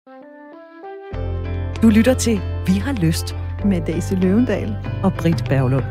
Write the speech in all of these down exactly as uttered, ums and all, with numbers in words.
Du lytter til Vi har lyst med Daisy Løvendal og Britt Berglund.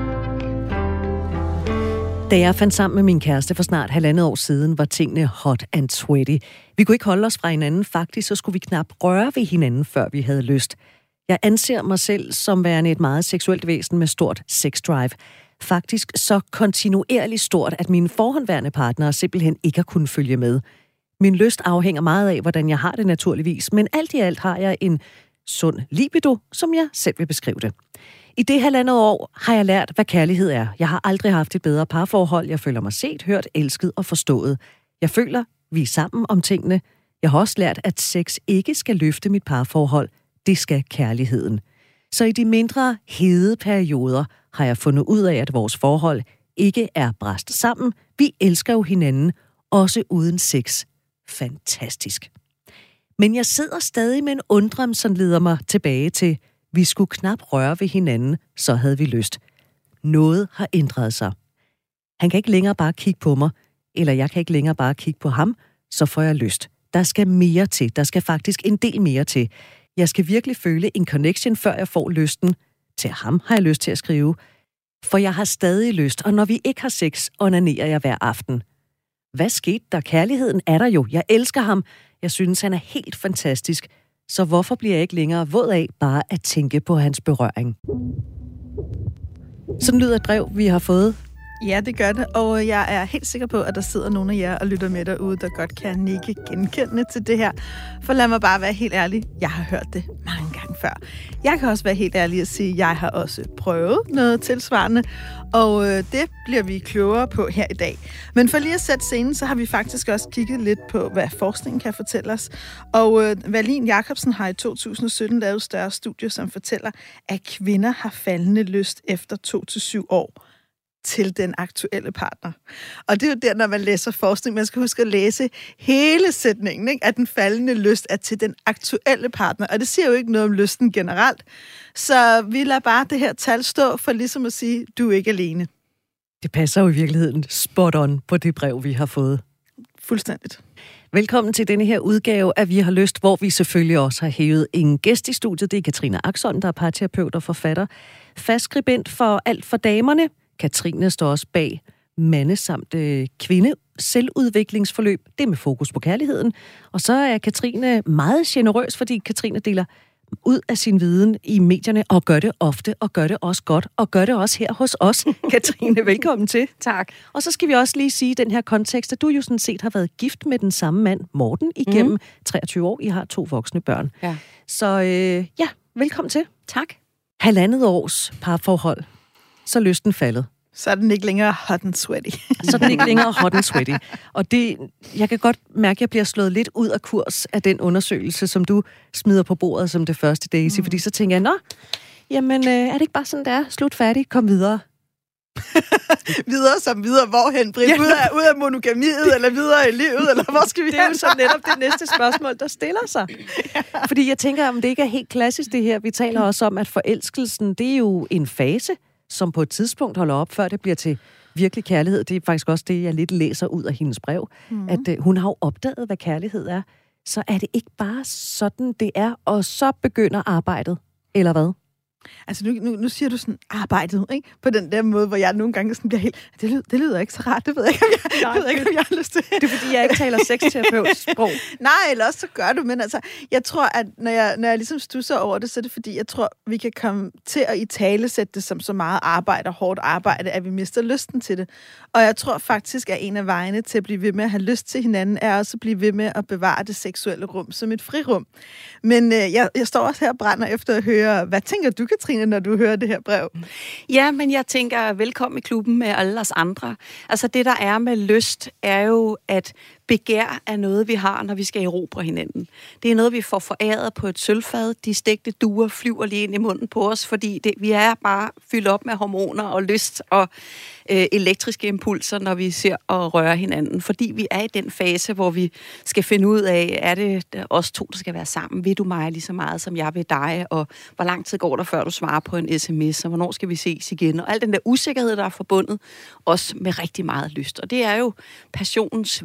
Da jeg fandt sammen med min kæreste for snart halvandet år siden, var tingene hot and sweaty. Vi kunne ikke holde os fra hinanden. Faktisk så skulle vi knap røre ved hinanden, før vi havde lyst. Jeg anser mig selv som værende et meget seksuelt væsen med stort sexdrive. Faktisk så kontinuerligt stort, at mine forhåndværende partnere simpelthen ikke har kunnet følge med. Min lyst afhænger meget af, hvordan jeg har det naturligvis, men alt i alt har jeg en sund libido, som jeg selv vil beskrive det. I det halvandet år har jeg lært, hvad kærlighed er. Jeg har aldrig haft et bedre parforhold. Jeg føler mig set, hørt, elsket og forstået. Jeg føler, vi er sammen om tingene. Jeg har også lært, at sex ikke skal løfte mit parforhold. Det skal kærligheden. Så i de mindre hede perioder har jeg fundet ud af, at vores forhold ikke er brast sammen. Vi elsker jo hinanden, også uden sex. Fantastisk. Men jeg sidder stadig med en undren, som leder mig tilbage til, vi skulle knap røre ved hinanden, så havde vi lyst. Noget har ændret sig. Han kan ikke længere bare kigge på mig, eller jeg kan ikke længere bare kigge på ham, så får jeg lyst. Der skal mere til. Der skal faktisk en del mere til. Jeg skal virkelig føle en connection, før jeg får lysten. Til ham har jeg lyst til at skrive. For jeg har stadig lyst, og når vi ikke har sex, onanerer jeg hver aften. Hvad skete der? Kærligheden er der jo. Jeg elsker ham. Jeg synes, han er helt fantastisk. Så hvorfor bliver jeg ikke længere våd af bare at tænke på hans berøring? Sådan lyder et brev, vi har fået. Ja, det gør det, og jeg er helt sikker på, at der sidder nogle af jer og lytter med derude, der godt kan nikke genkendende til det her. For lad mig bare være helt ærlig, jeg har hørt det mange gange før. Jeg kan også være helt ærlig at sige, at jeg har også prøvet noget tilsvarende, og det bliver vi klogere på her i dag. Men for lige at sætte scenen, så har vi faktisk også kigget lidt på, hvad forskningen kan fortælle os. Og Valin Jacobsen har i to tusind og sytten lavet et større studie, som fortæller, at kvinder har faldende lyst efter to til syv år. Til den aktuelle partner. Og det er jo der, når man læser forskning, man skal huske at læse hele sætningen, ikke? At den faldende lyst er til den aktuelle partner. Og det siger jo ikke noget om lysten generelt. Så vi lader bare det her tal stå for ligesom at sige, du er ikke alene. Det passer jo i virkeligheden spot on på det brev, vi har fået. Fuldstændigt. Velkommen til denne her udgave af Vi har lyst, hvor vi selvfølgelig også har hævet en gæst i studiet. Det er Katrine Axholm, der er parterapeut og forfatter. Fast skribent for Alt for damerne. Katrine står også bag mande samt øh, kvinde selvudviklingsforløb. Det med fokus på kærligheden. Og så er Katrine meget generøs, fordi Katrine deler ud af sin viden i medierne og gør det ofte, og gør det også godt, og gør det også her hos os. Katrine, velkommen til. Tak. Og så skal vi også lige sige i den her kontekst, at du jo sådan set har været gift med den samme mand, Morten, igennem mm. treogtyve år. I har to voksne børn. Ja. Så øh, ja, velkommen til. Tak. Halvandet års parforhold. Så er lysten faldet. Så er den ikke længere hot and sweaty. Så er den ikke længere hot and sweaty. Og det, jeg kan godt mærke, at jeg bliver slået lidt ud af kurs af den undersøgelse, som du smider på bordet som det første, Daisy. Mm. Fordi så tænker jeg, nå, jamen øh, er det ikke bare sådan, det er? Slut færdig, kom videre. Videre som videre, hvorhen, Britt? Ja. Ud, af, ud af monogamiet, eller videre i livet, eller hvor skal vi Det er jo så netop det næste spørgsmål, der stiller sig. Ja. Fordi jeg tænker, om det ikke er helt klassisk det her. Vi taler også om, at forelskelsen, det er jo en fase, som på et tidspunkt holder op, før det bliver til virkelig kærlighed. Det er faktisk også det, jeg lidt læser ud af hendes brev. Mm. At uh, hun har jo opdaget, hvad kærlighed er. Så er det ikke bare sådan, det er, og så begynder arbejdet, eller hvad? Altså, nu, nu, nu siger du sådan, arbejdet, ikke? På den der måde, hvor jeg nogle gange sådan bliver helt, det lyder, det lyder ikke så rart, det ved jeg ikke, om jeg, Nej, ved ikke, om jeg har lyst til. Det er, fordi jeg ikke taler sexterapeut-sprog. Nej, eller også så gør du, men altså, jeg tror, at når jeg, når jeg ligesom stusser over det, så er det fordi, jeg tror, vi kan komme til at italesætte det som så meget arbejde og hårdt arbejde, at vi mister lysten til det. Og jeg tror faktisk, at en af vejene til at blive ved med at have lyst til hinanden, er også at blive ved med at bevare det seksuelle rum som et frirum. Men øh, jeg, jeg står også her og brænder efter at høre, hvad tænker du, Katrine, når du hører det her brev? Ja, men jeg tænker, velkommen i klubben med alle os andre. Altså det, der er med lyst, er jo, at begær er noget, vi har, når vi skal erobre hinanden. Det er noget, vi får foræret på et sølvfad. De stegte duer flyver lige ind i munden på os, fordi det, vi er bare fyldt op med hormoner og lyst og øh, elektriske impulser, når vi ser og rører hinanden. Fordi vi er i den fase, hvor vi skal finde ud af, er det os to, der skal være sammen? Vil du mig lige så meget, som jeg vil dig? Og hvor lang tid går der, før du svarer på en sms? Og hvornår skal vi ses igen? Og al den der usikkerhed, der er forbundet, også med rigtig meget lyst. Og det er jo passionens væsen,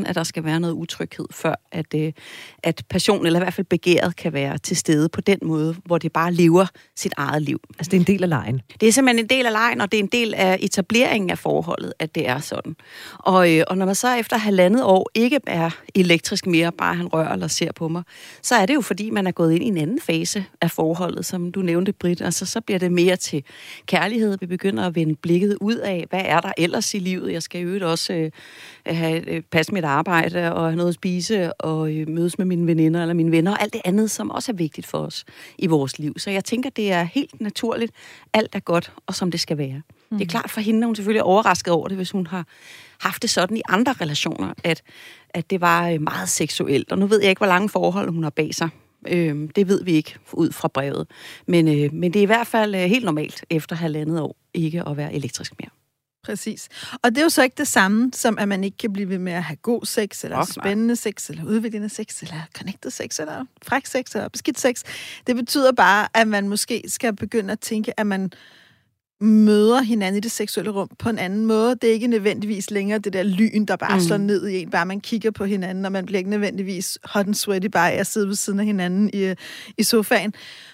at der skal være noget utryghed, før at, øh, at passion, eller i hvert fald begæret, kan være til stede på den måde, hvor det bare lever sit eget liv. Altså det er en del af lejen. Det er simpelthen en del af lejen, og det er en del af etableringen af forholdet, at det er sådan. Og, øh, og når man så efter halvandet år ikke er elektrisk mere, bare han rører eller ser på mig, så er det jo fordi, man er gået ind i en anden fase af forholdet, som du nævnte, Britt. Altså så bliver det mere til kærlighed. Vi begynder at vende blikket ud af, hvad er der ellers i livet? Jeg skal jo også øh, have, øh, passe mit arbejde og have noget at spise og øh, mødes med mine veninder eller mine venner og alt det andet, som også er vigtigt for os i vores liv. Så jeg tænker, det er helt naturligt. Alt er godt, og som det skal være. Mm. Det er klart for hende, at hun selvfølgelig er overrasket over det, hvis hun har haft det sådan i andre relationer, at, at det var meget seksuelt. Og nu ved jeg ikke, hvor lange forhold hun har bag sig. Øh, det ved vi ikke ud fra brevet. Men, øh, men det er i hvert fald øh, helt normalt efter halvandet år ikke at være elektrisk mere. Præcis. Og det er jo så ikke det samme, som at man ikke kan blive ved med at have god sex, eller oh, spændende sex, eller udviklende sex, eller connected sex, eller fræk sex, eller beskidt sex. Det betyder bare, at man måske skal begynde at tænke, at man møder hinanden i det seksuelle rum på en anden måde. Det er ikke nødvendigvis længere det der lyn, der bare mm. slår ned i en, bare man kigger på hinanden, og man bliver ikke nødvendigvis hot and sweaty bare at sidde ved siden af hinanden i, i sofaen.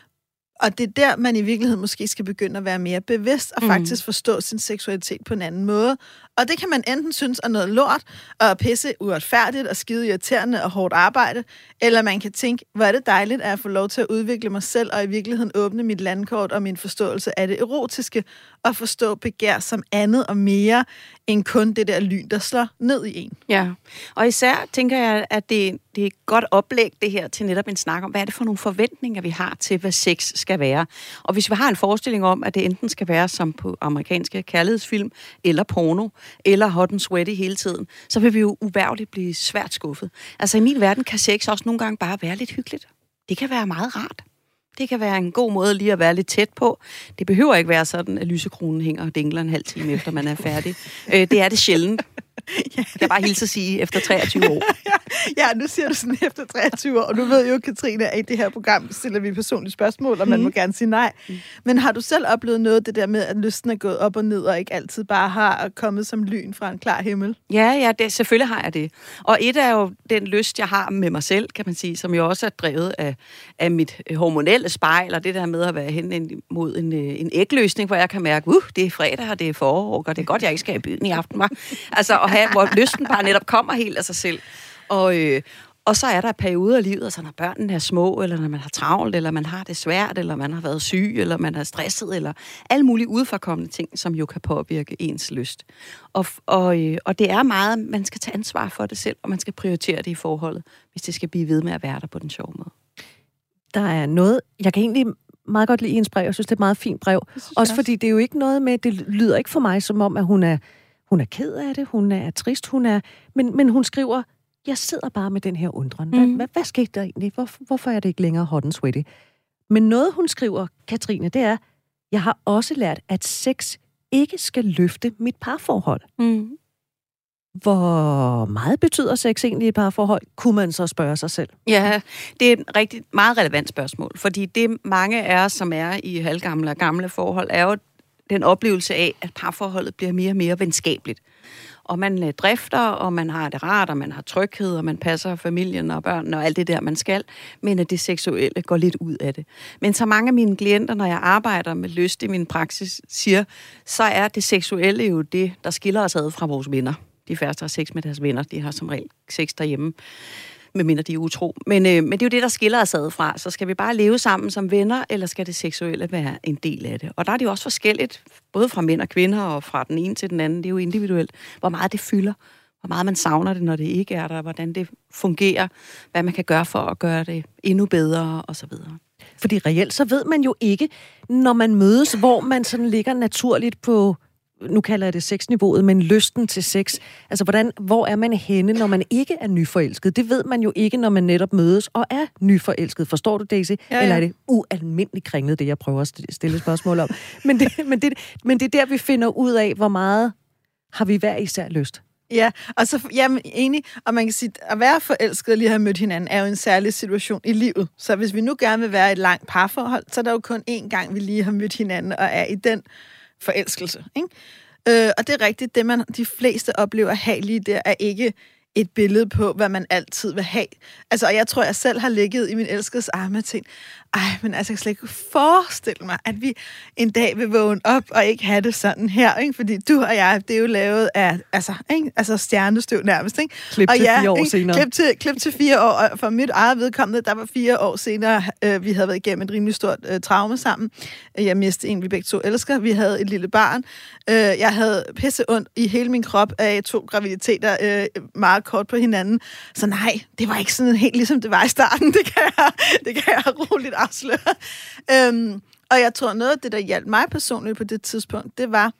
Og det er der, man i virkeligheden måske skal begynde at være mere bevidst og mm. faktisk forstå sin seksualitet på en anden måde. Og det kan man enten synes er noget lort, og pisse uretfærdigt, og skide irriterende og hårdt arbejde, eller man kan tænke, hvor er det dejligt, at jeg får lov til at udvikle mig selv, og i virkeligheden åbne mit landkort og min forståelse af det erotiske, og forstå begær som andet og mere, end kun det der lyn, der slår ned i en. Ja, og især tænker jeg, at det, det er et godt oplæg, det her, til netop en snak om, hvad er det for nogle forventninger, vi har til, hvad sex skal være. Og hvis vi har en forestilling om, at det enten skal være som på amerikanske kærlighedsfilm, eller porno, eller hot and sweaty hele tiden, så vil vi jo uværligt blive svært skuffet. Altså i min verden kan sex også nogle gange bare være lidt hyggeligt. Det kan være meget rart. Det kan være en god måde lige at være lidt tæt på. Det behøver ikke være sådan, at lysekronen hænger og dingler en halv time efter man er færdig. øh, det er det sjældent. Jeg kan bare hilse at sige efter treogtyve år. Ja, nu siger du sådan efter treogtyve år, og nu ved jo, Katrine, at i det her program stiller vi personlige spørgsmål, og man mm. må gerne sige nej. Mm. Men har du selv oplevet noget det der med, at lysten er gået op og ned, og ikke altid bare har kommet som lyn fra en klar himmel? Ja, ja, det, selvfølgelig har jeg det. Og et er jo den lyst, jeg har med mig selv, kan man sige, som jo også er drevet af, af mit hormonelle spejl, og det der med at være hen mod en, en ægløsning, hvor jeg kan mærke, uh, det er fredag, og det er forår, og det er godt, jeg ikke skal i byen i aften, var. Altså, at have, hvor lysten bare netop kommer helt af sig selv. Og, øh, og så er der perioder af livet, altså når børnene er små, eller når man har travlt, eller man har det svært, eller man har været syg, eller man er stresset, eller alle mulige udefrakommende ting, som jo kan påvirke ens lyst. Og, og, øh, og det er meget, man skal tage ansvar for det selv, og man skal prioritere det i forholdet, hvis det skal blive ved med at være der på den sjove måde. Der er noget, jeg kan egentlig meget godt lide hendes brev, jeg synes, det er et meget fint brev. Også fordi det er jo ikke noget med, det lyder ikke for mig som om, at hun er Hun er ked af det, hun er trist, hun er... Men, men hun skriver, jeg sidder bare med den her undren. Hvad, mm. hvad, hvad skete der egentlig? Hvor, hvorfor er det ikke længere hot and sweaty? Men noget, hun skriver, Katrine, det er, jeg har også lært, at sex ikke skal løfte mit parforhold. Mm. Hvor meget betyder sex egentlig i et parforhold? Kunne man så spørge sig selv? Ja, det er et rigtig meget relevant spørgsmål. Fordi det mange af os, som er i halvgamle og gamle forhold, er jo den oplevelse af, at parforholdet bliver mere og mere venskabeligt. Og man øh, drifter, og man har det rart, og man har tryghed, og man passer familien og børnene og alt det der, man skal, men at det seksuelle går lidt ud af det. Men så mange af mine klienter, når jeg arbejder med lyst i min praksis, siger, så er det seksuelle jo det, der skiller os ad fra vores venner. De færreste har sex med deres venner, de har som regel sex derhjemme, medmindre de er utro. Men, øh, men det er jo det, der skiller os ad fra. Så skal vi bare leve sammen som venner, eller skal det seksuelle være en del af det? Og der er det jo også forskelligt, både fra mænd og kvinder, og fra den ene til den anden. Det er jo individuelt, hvor meget det fylder, hvor meget man savner det, når det ikke er der, hvordan det fungerer, hvad man kan gøre for at gøre det endnu bedre, osv. Fordi reelt, så ved man jo ikke, når man mødes, hvor man sådan ligger naturligt på, nu kalder jeg det sexniveauet, men lysten til sex. Altså, hvordan, hvor er man henne, når man ikke er nyforelsket? Det ved man jo ikke, når man netop mødes og er nyforelsket. Forstår du, Daisy? Ja, ja. Eller er det ualmindeligt kringlet, det jeg prøver at stille spørgsmål om? men, det, men, det, men det er der, vi finder ud af, hvor meget har vi hver især lyst. Ja, og så jamen, enig, og man kan sige, at være forelsket og lige have mødt hinanden, er jo en særlig situation i livet. Så hvis vi nu gerne vil være i et langt parforhold, så er der jo kun én gang, vi lige har mødt hinanden og er i den forelskelse, ikke? Øh, og det er rigtigt, det man de fleste oplever at have lige der, er ikke et billede på, hvad man altid vil have. Altså, og jeg tror, jeg selv har ligget i min elskedes arme og tænkt, ej, men altså, jeg kan slet ikke forestille mig, at vi en dag vil vågne op og ikke have det sådan her, ikke? Fordi du og jeg, det er jo lavet af, altså, ikke? Altså stjernestøv nærmest, ikke? Klip og til ja, fire år ikke? senere. Klip til, klip til fire år, og for mit eget vedkommende, der var fire år senere, øh, vi havde været igennem et rimelig stort øh, traume sammen. Jeg mistede en, vi begge to elsker. Vi havde et lille barn. Øh, jeg havde pisse ondt i hele min krop af to graviditeter, øh, meget kort på hinanden. Så nej, det var ikke sådan helt ligesom det var i starten. Det kan jeg, det kan jeg roligt afsløre. Øhm, og jeg tror, noget af det, der hjalp mig personligt på det tidspunkt, det var,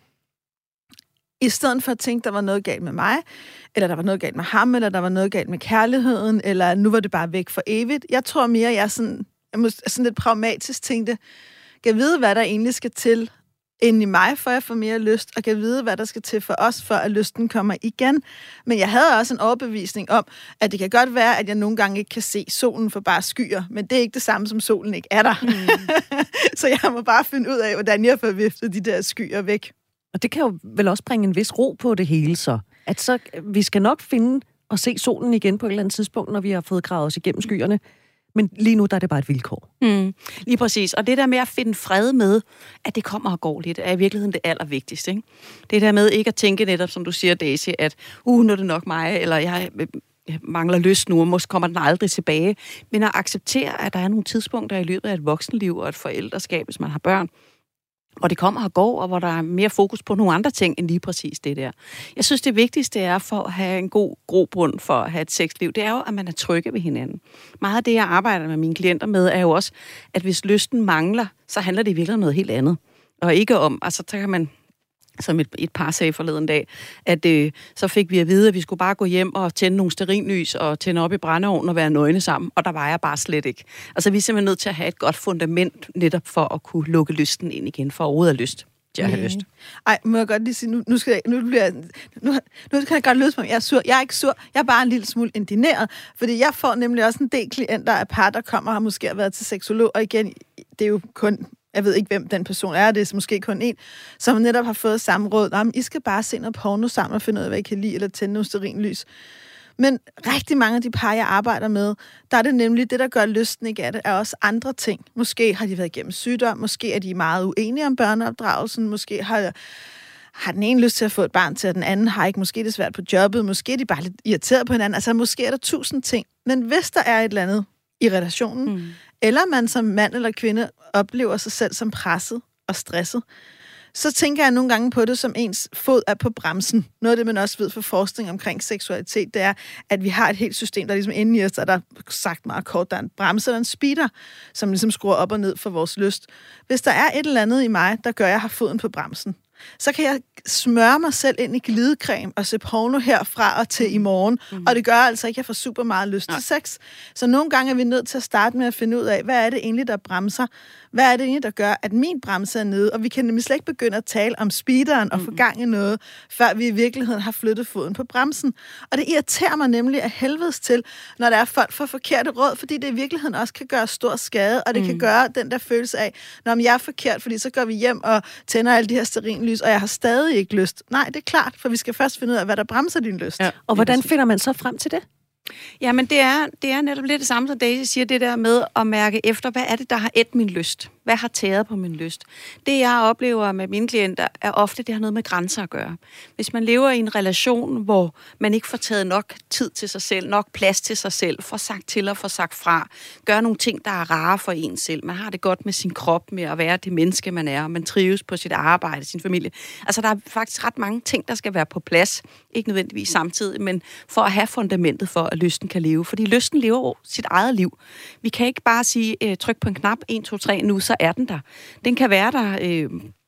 i stedet for at tænke, der var noget galt med mig, eller der var noget galt med ham, eller der var noget galt med kærligheden, eller nu var det bare væk for evigt. Jeg tror mere, jeg sådan, jeg må, sådan lidt pragmatisk tænkte, kan vide, hvad der egentlig skal til inde i mig, for at få mere lyst, og kan vide, hvad der skal til for os, for at lysten kommer igen. Men jeg havde også en overbevisning om, at det kan godt være, at jeg nogle gange ikke kan se solen for bare skyer, men det er ikke det samme, som solen ikke er der. Mm. Så jeg må bare finde ud af, hvordan jeg får viftet de der skyer væk. Og det kan jo vel også bringe en vis ro på det hele, så. At så, vi skal nok finde og se solen igen på et eller andet tidspunkt, når vi har fået gravet os igennem skyerne. Men lige nu, der er det bare et vilkår. Mm, lige præcis. Og det der med at finde fred med, at det kommer og går lidt, er i virkeligheden det allervigtigste. Ikke? Det der med ikke at tænke netop, som du siger, Daisy, at uh, nu er det nok mig, eller jeg, jeg mangler lyst nu, og måske kommer den aldrig tilbage. Men at acceptere, at der er nogle tidspunkter i løbet af et voksenliv og et forældreskab, hvis man har børn, hvor det kommer og går, og hvor der er mere fokus på nogle andre ting, end lige præcis det der. Jeg synes, det vigtigste er for at have en god grobund for at have et sexliv, det er jo, at man er trygge ved hinanden. Meget af det, jeg arbejder med mine klienter med, er jo også, at hvis lysten mangler, så handler det i virkeligheden noget helt andet. Og ikke om, altså så kan man, som et, et par sagde forleden dag, at øh, så fik vi at vide, at vi skulle bare gå hjem og tænde nogle stearinlys og tænde op i brændeovnen og være nøgne sammen, og der var jeg bare slet ikke. Altså vi er simpelthen nødt til at have et godt fundament netop for at kunne lukke lysten ind igen, for overhovedet at lyst til at have lyst. Ej, må jeg godt lige sige, nu, nu, skal jeg, nu, bliver jeg, nu, nu kan jeg godt lyde som, jeg er sur. Jeg er ikke sur, jeg er bare en lille smule indigneret, fordi jeg får nemlig også en del klienter af par, der kommer og har måske været til seksolog, og igen, det er jo kun... Jeg ved ikke, hvem den person er, det er måske kun en, som netop har fået samme råd. Jamen, I skal bare se noget porno sammen og finde ud af, hvad I kan lide, eller tænde nogle stearinlys. Men rigtig mange af de par, jeg arbejder med, der er det nemlig det, der gør lysten ikke af det, er også andre ting. Måske har de været igennem sygdom, måske er de meget uenige om børneopdragelsen, måske har, har den ene lyst til at få et barn til, at den anden har ikke. Måske er det svært på jobbet, måske er de bare lidt irriteret på hinanden. Altså, måske er der tusind ting. Men hvis der er et eller andet i relationen, mm. eller man som mand eller kvinde oplever sig selv som presset og stresset, så tænker jeg nogle gange på det, som ens fod er på bremsen. Noget af det, man også ved for forskning omkring seksualitet, det er, at vi har et helt system, der ligesom inde i os, der er sagt meget kort, der er en bremse eller en speeder, som ligesom skruer op og ned for vores lyst. Hvis der er et eller andet i mig, der gør, at jeg har foden på bremsen, så kan jeg smøre mig selv ind i glidecreme og se porno herfra og til i morgen. Mm-hmm. Og det gør altså ikke, at jeg får super meget lyst Nej. til sex. Så nogle gange er vi nødt til at starte med at finde ud af, hvad er det egentlig, der bremser? Hvad er det egentlig, der gør, at min bremse er nede? Og vi kan nemlig slet ikke begynde at tale om speederen og mm-hmm. få gang i noget, før vi i virkeligheden har flyttet foden på bremsen. Og det irriterer mig nemlig af helvedes til, når der er folk for forkerte råd, fordi det i virkeligheden også kan gøre stor skade, og det mm. kan gøre den der følelse af, når jeg er forkert, fordi så går vi hjem og tænder alle de her stearinlys, og jeg har stadig ikke lyst. Nej, det er klart, for vi skal først finde ud af, hvad der bremser din lyst. Ja. Og hvordan finder man så frem til det? Jamen, det er, det er netop lidt det samme, som Daisy siger, det der med at mærke efter, hvad er det, der har ædt min lyst? Hvad har tæret på min lyst? Det, jeg oplever med mine klienter, er ofte, det har noget med grænser at gøre. Hvis man lever i en relation, hvor man ikke får taget nok tid til sig selv, nok plads til sig selv, får sagt til og får sagt fra, gør nogle ting, der er rare for en selv. Man har det godt med sin krop, med at være det menneske, man er, man trives på sit arbejde, sin familie. Altså, der er faktisk ret mange ting, der skal være på plads. Ikke nødvendigvis samtidig, men for at have fundamentet for, at lysten kan leve. Fordi lysten lever sit eget liv. Vi kan ikke bare sige, øh, tryk på en knap, en, to, tre, nu, så er den der. Den kan være der, øh,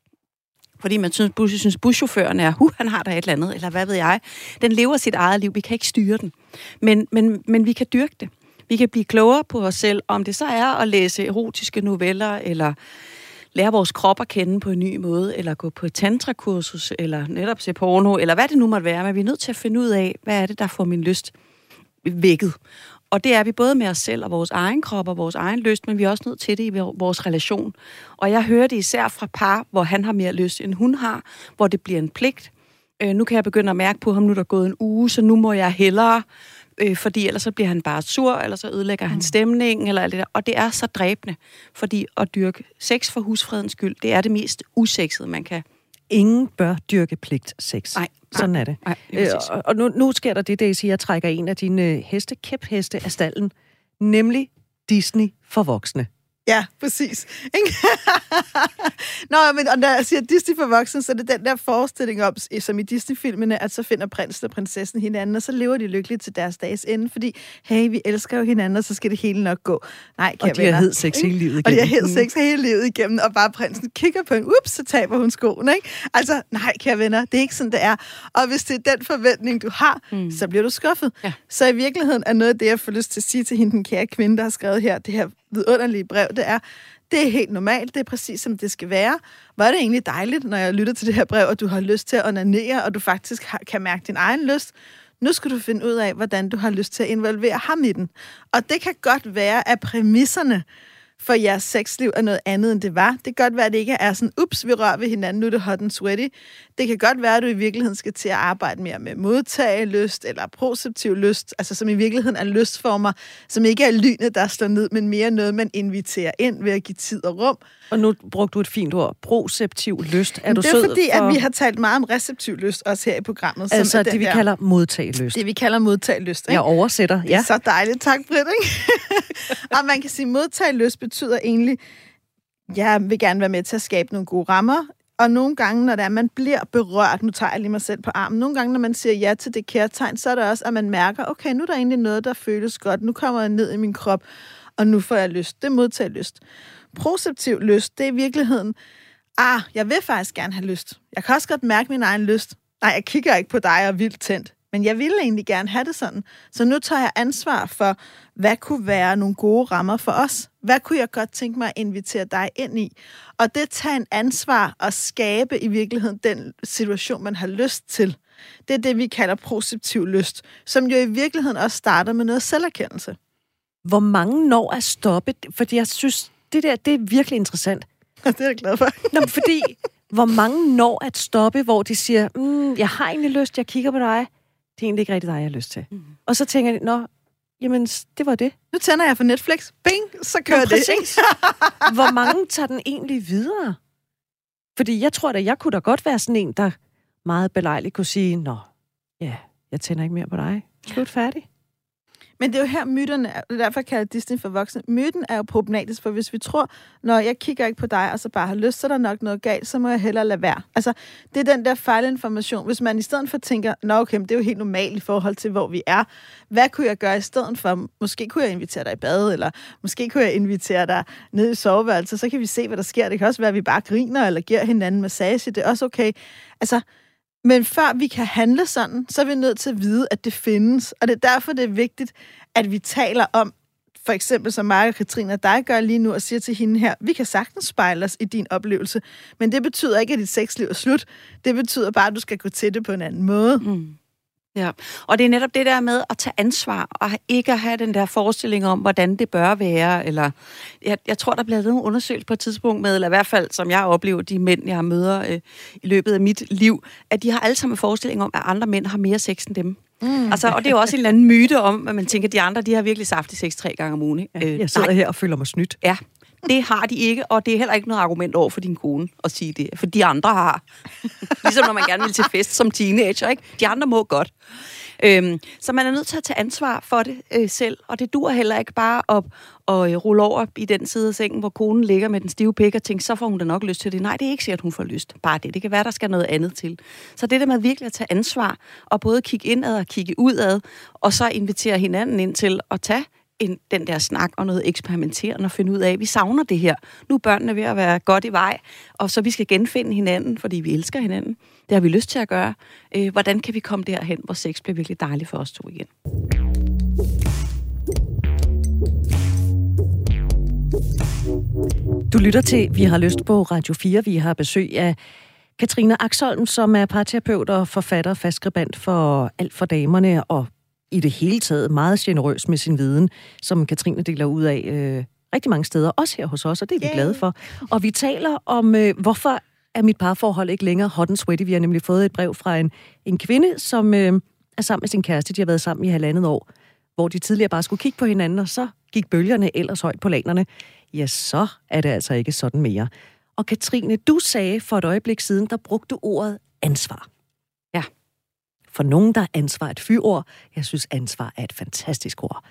fordi man synes, bus, synes buschaufføren er, huh, han har der et eller andet, eller hvad ved jeg. Den lever sit eget liv, vi kan ikke styre den. Men, men, men vi kan dyrke det. Vi kan blive klogere på os selv, om det så er at læse erotiske noveller, eller lære vores krop at kende på en ny måde, eller gå på et tantrakursus, eller netop se porno, eller hvad det nu måtte være. Men vi er nødt til at finde ud af, hvad er det, der får min lyst vækket. Og det er vi både med os selv og vores egen krop og vores egen lyst, men vi er også nødt til det i vores relation. Og jeg hører det især fra par, hvor han har mere lyst, end hun har, hvor det bliver en pligt, Øh, nu kan jeg begynde at mærke på ham, nu er der gået en uge, så nu må jeg hellere, øh, fordi ellers så bliver han bare sur, eller så ødelægger han stemningen, eller alt det der. Og det er så dræbende, fordi at dyrke sex for husfredens skyld, det er det mest usexede, man kan. Ingen bør dyrke pligt sex. Nej. Sådan er det. Nej, øh, og og nu, nu sker der det, Daisy, jeg trækker en af dine heste, kæpheste af stallen, nemlig Disney for voksne. Ja, præcis. Nå, men og når jeg siger Disney for voksne, så er det den der forestilling om, som i Disney-filmene, at så finder prinsen og prinsessen hinanden, og så lever de lykkeligt til deres dages ende, fordi, hey, vi elsker jo hinanden, og så skal det hele nok gå. Nej, kære og de venner, har hed sex hele livet igennem. Og de har hed sex hele livet igennem, og bare prinsen kigger på en, ups, så taber hun skoen, ikke? Altså, nej, kære venner, det er ikke sådan, det er. Og hvis det er den forventning, du har, mm. så bliver du skuffet. Ja. Så i virkeligheden er noget af det, jeg får lyst til at sige til hende, den kære kvinde, der har skrevet her, det her vidunderlige brev, det er, det er helt normalt, det er præcis som det skal være. Hvor er det egentlig dejligt, når jeg lytter til det her brev, og du har lyst til at onanere, og du faktisk har, kan mærke din egen lyst. Nu skal du finde ud af, hvordan du har lyst til at involvere ham i den. Og det kan godt være, at præmisserne for jeres sexliv er noget andet, end det var. Det kan godt være, at det ikke er sådan, ups, vi rører ved hinanden, nu er det hot and sweaty. Det kan godt være, at du i virkeligheden skal til at arbejde mere med modtagelyst eller proceptiv lyst, altså som i virkeligheden er lystformer, som ikke er lynet, der slår ned, men mere noget, man inviterer ind ved at give tid og rum. Og nu brugte du et fint ord, proceptiv lyst. Er du det er sød fordi, for... at vi har talt meget om receptiv lyst, også her i programmet. Altså som er det, vi der, kalder modtagelyst. Det, vi kalder modtagelyst. Ikke? Jeg oversætter, ja. Det er så dejligt. Tak, Britt, ikke? Og man kan sige, at modtagelyst betyder egentlig, jeg vil gerne være med til at skabe nogle gode rammer, og nogle gange, når det er, man bliver berørt, nu tager jeg lige mig selv på armen, nogle gange, når man siger ja til det kærtegn, så er det også, at man mærker, okay, nu er der egentlig noget, der føles godt, nu kommer jeg ned i min krop, og nu får jeg lyst. Det er modtagelyst. Proceptiv lyst, det er i virkeligheden, ah, jeg vil faktisk gerne have lyst. Jeg kan også godt mærke min egen lyst. Nej, jeg kigger ikke på dig og er vildt tændt. Men jeg ville egentlig gerne have det sådan. Så nu tager jeg ansvar for, hvad kunne være nogle gode rammer for os? Hvad kunne jeg godt tænke mig at invitere dig ind i? Og det tager en ansvar og skabe i virkeligheden den situation, man har lyst til. Det er det, vi kalder proceptiv lyst, som jo i virkeligheden også starter med noget selverkendelse. Hvor mange når at stoppe? Fordi jeg synes, det der, det er virkelig interessant. Det er jeg glad for. Nå, fordi hvor mange når at stoppe, hvor de siger, mm, jeg har egentlig lyst, jeg kigger på dig. Det er egentlig ikke rigtig dig, jeg har lyst til. Mm. Og så tænker jeg, nå, jamen, det var det. Nu tænder jeg for Netflix. Bing, så kører nå, det. Hvor mange tager den egentlig videre? Fordi jeg tror da, jeg kunne da godt være sådan en, der meget belejligt kunne sige, nå, ja, jeg tænder ikke mere på dig. Slut, færdig. Men det er jo her myterne er, det er derfor kalder Disney for voksne. Myten er jo problematisk, for hvis vi tror, når jeg kigger ikke på dig, og så bare har lyst, så er der nok noget galt, så må jeg hellere lade være. Altså, det er den der fejlinformation. Hvis man i stedet for tænker, nå okay, det er jo helt normalt i forhold til, hvor vi er. Hvad kunne jeg gøre i stedet for? Måske kunne jeg invitere dig i bad, eller måske kunne jeg invitere dig ned i soveværelset, så kan vi se, hvad der sker. Det kan også være, at vi bare griner, eller giver hinanden massage. Det er også okay. Altså, men før vi kan handle sådan, så er vi nødt til at vide, at det findes. Og det er derfor, det er vigtigt, at vi taler om, for eksempel som mig og Katrine og dig gør lige nu, og siger til hende her, vi kan sagtens spejle os i din oplevelse, men det betyder ikke, at dit sexliv er slut. Det betyder bare, at du skal gå til det på en anden måde. Mm. Ja, og det er netop det der med at tage ansvar, og ikke at have den der forestilling om, hvordan det bør være, eller jeg, jeg tror, der bliver lavet nogle undersøgelser på et tidspunkt med, eller i hvert fald, som jeg oplever, de mænd, jeg møder øh, i løbet af mit liv, at de har alle sammen en forestilling om, at andre mænd har mere sex end dem. Mm. Altså, og det er jo også en eller anden myte om, at man tænker, at de andre, de har virkelig saftig sex tre gange om ugen. Ja, jeg sidder nej. her og føler mig snydt. Ja, det har de ikke, og det er heller ikke noget argument over for din kone at sige det, for de andre har. Ligesom når man gerne vil til fest som teenager, ikke? De andre må godt. Øhm, så man er nødt til at tage ansvar for det øh, selv, og det dur heller ikke bare op og øh, rulle over i den side af sengen, hvor konen ligger med den stive pik og tænker, så får hun da nok lyst til det. Nej, det er ikke sikkert, at hun får lyst. Bare det. Det kan være, der skal noget andet til. Så det der med virkelig at tage ansvar, og både kigge indad og kigge udad, og så invitere hinanden ind til at tage en, den der snak og noget eksperimenterende og finde ud af, at vi savner det her. Nu er børnene ved at være godt i vej, og så vi skal genfinde hinanden, fordi vi elsker hinanden. Det har vi lyst til at gøre. Øh, hvordan kan vi komme derhen, hvor sex bliver virkelig dejligt for os to igen? Du lytter til Vi har lyst på Radio fire. Vi har besøg af Katrine Axholm, som er parterapeut og forfatter og fastskribent for Alt for damerne, og i det hele taget meget generøs med sin viden, som Katrine deler ud af øh, rigtig mange steder, også her hos os, og det er vi glade for. Og vi taler om, øh, hvorfor er mit parforhold ikke længere hot and sweaty. Vi har nemlig fået et brev fra en, en kvinde, som øh, er sammen med sin kæreste. De har været sammen i halvandet år, hvor de tidligere bare skulle kigge på hinanden, og så gik bølgerne ellers højt på lanerne. Ja, så er det altså ikke sådan mere. Og Katrine, du sagde for et øjeblik siden, der brugte du ordet ansvar. Ja. For nogen, der er ansvar et fyord. Jeg synes, ansvar er et fantastisk ord.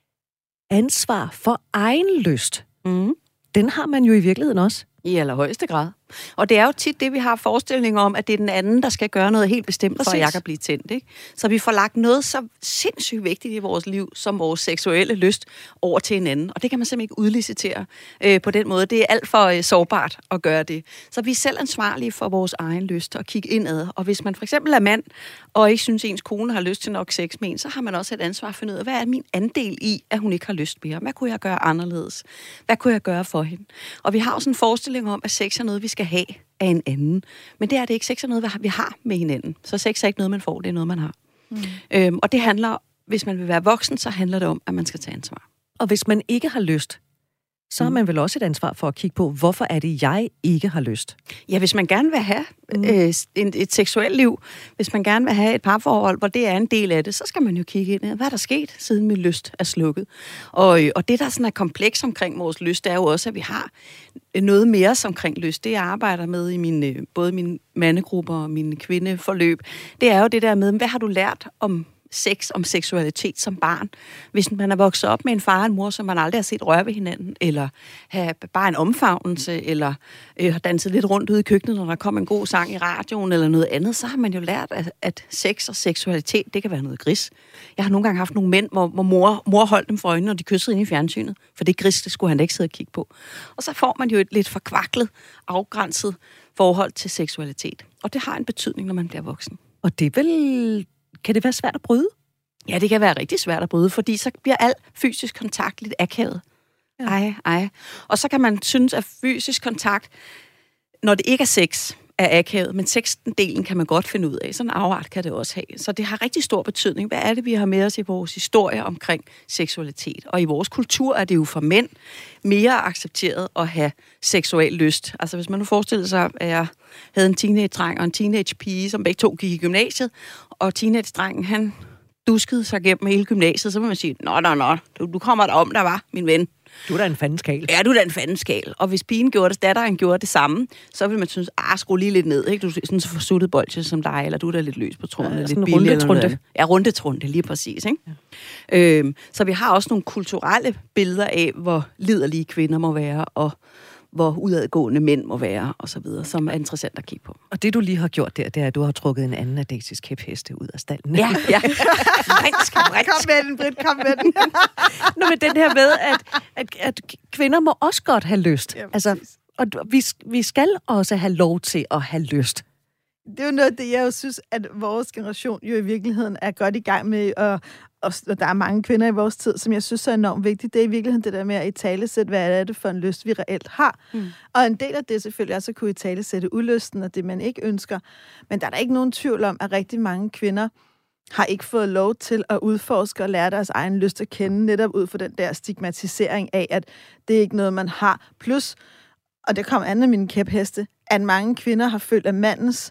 Ansvar for egen lyst. Mm. Den har man jo i virkeligheden også. I allerhøjeste grad. Og det er jo tit det, vi har forestillinger om, at det er den anden, der skal gøre noget helt bestemt, for at jeg kan blive tændt. Ikke? Så vi får lagt noget så sindssygt vigtigt i vores liv, som vores seksuelle lyst, over til hinanden. Og det kan man simpelthen ikke udlicitere øh, på den måde. Det er alt for øh, sårbart at gøre det. Så vi er selv ansvarlige for vores egen lyst og kigge indad. Og hvis man for eksempel er mand, og ikke synes, ens kone har lyst til nok sex med en, så har man også et ansvar for at finde ud af, hvad er min andel i, at hun ikke har lyst mere? Hvad kunne jeg gøre anderledes? Hvad kunne jeg gøre for hende? Og vi har også en forestilling om, at sex er noget, vi skal have af en anden. Men det er det ikke. Sex er noget, vi har med hinanden. Så sex er ikke noget, man får. Det er noget, man har. Mm. Øhm, og det handler, hvis man vil være voksen, så handler det om, at man skal tage ansvar. Og hvis man ikke har lyst, så har man vel også et ansvar for at kigge på, hvorfor er det, jeg ikke har lyst? Ja, hvis man gerne vil have mm. øh, et, et seksuelt liv, hvis man gerne vil have et parforhold, hvor det er en del af det, så skal man jo kigge ind i, hvad er der sket, siden min lyst er slukket. Og, og det, der sådan er kompleks omkring vores lyst, det er jo også, at vi har noget mere omkring lyst. Det, jeg arbejder med i mine, både mine mandegrupper og mine kvindeforløb, det er jo det der med, hvad har du lært om sex, om seksualitet som barn. Hvis man er vokset op med en far og en mor, som man aldrig har set røre ved hinanden, eller have bare en omfavnelse, eller øh, har danset lidt rundt ude i køkkenet, når der kom en god sang i radioen, eller noget andet, så har man jo lært, at, at sex og seksualitet, det kan være noget gris. Jeg har nogle gange haft nogle mænd, hvor, hvor mor, mor holdt dem for øjnene, når de kyssede ind i fjernsynet, for det gris, det skulle han ikke sidde og kigge på. Og så får man jo et lidt forkvaklet, afgrænset forhold til seksualitet. Og det har en betydning, når man bliver voksen. Og det er vel... Kan det være svært at bryde? Ja, det kan være rigtig svært at bryde, fordi så bliver al fysisk kontakt lidt akavet. Ja. Ej, ej. Og så kan man synes, at fysisk kontakt, når det ikke er sex, er akavet, men sexdelen kan man godt finde ud af. Sådan en afart kan det også have. Så det har rigtig stor betydning. Hvad er det, vi har med os i vores historie omkring seksualitet? Og i vores kultur er det jo for mænd mere accepteret at have seksuel lyst. Altså hvis man nu forestiller sig, at jeg havde en teenage-dreng og en teenage-pige, som begge to gik i gymnasiet, og teenage-drengen, han duskede sig gennem hele gymnasiet, så må man sige, nå, nå, nå, du, du kommer der om, der var, min ven. Du er da en fandenskal. Ja, du er da en fandenskal. Og hvis pigen gjorde det, datteren gjorde det samme, så vil man synes, ah, skru lige lidt ned, ikke? Du er sådan så forsuttet bolsje som dig, eller du er da lidt løs på tråden, ja, lidt billig eller noget. Ja, rundetrunde, lige præcis, ikke? Ja. Øhm, så vi har også nogle kulturelle billeder af, hvor liderlige kvinder må være, og hvor udadgående mænd må være, og så videre, som er interessant at kigge på. Og det, du lige har gjort der, det er, at du har trukket en anden af Daisys kæpheste ud af stallen. Ja, ja. Brinsk, brinsk. Kom med den, Britt, kom med den. Nå, men den her med, at, at, at kvinder må også godt have lyst. Ja, altså, og vi, vi skal også have lov til at have lyst. Det er jo noget, det jeg jo synes, at vores generation jo i virkeligheden er godt i gang med, og, og der er mange kvinder i vores tid, som jeg synes er enormt vigtigt. Det er i virkeligheden det der med at italesætte, hvad er det for en lyst, vi reelt har. Mm. Og en del af det er selvfølgelig også at kunne italesætte ulysten og det, man ikke ønsker. Men der er der ikke nogen tvivl om, at rigtig mange kvinder har ikke fået lov til at udforske og lære deres egen lyst at kende, netop ud for den der stigmatisering af, at det er ikke noget, man har. Plus, og det kom an af mine kæpheste, at mange kvinder har følt, at mandens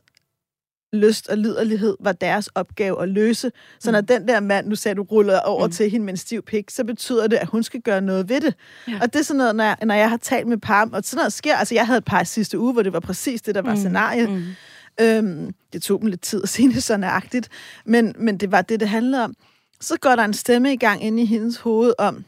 lyst og liderlighed var deres opgave at løse. Så når mm. den der mand, nu sagde du, ruller over mm. til hende med en stiv pik, så betyder det, at hun skal gøre noget ved det. Ja. Og det er sådan noget, når jeg, når jeg har talt med par, og sådan noget sker, altså jeg havde et par i sidste uge, hvor det var præcis det, der var mm. scenariet. Mm. Øhm, det tog dem lidt tid at sige det så nøjagtigt, men, men det var det, det handlede om. Så går der en stemme i gang inde i hendes hoved om,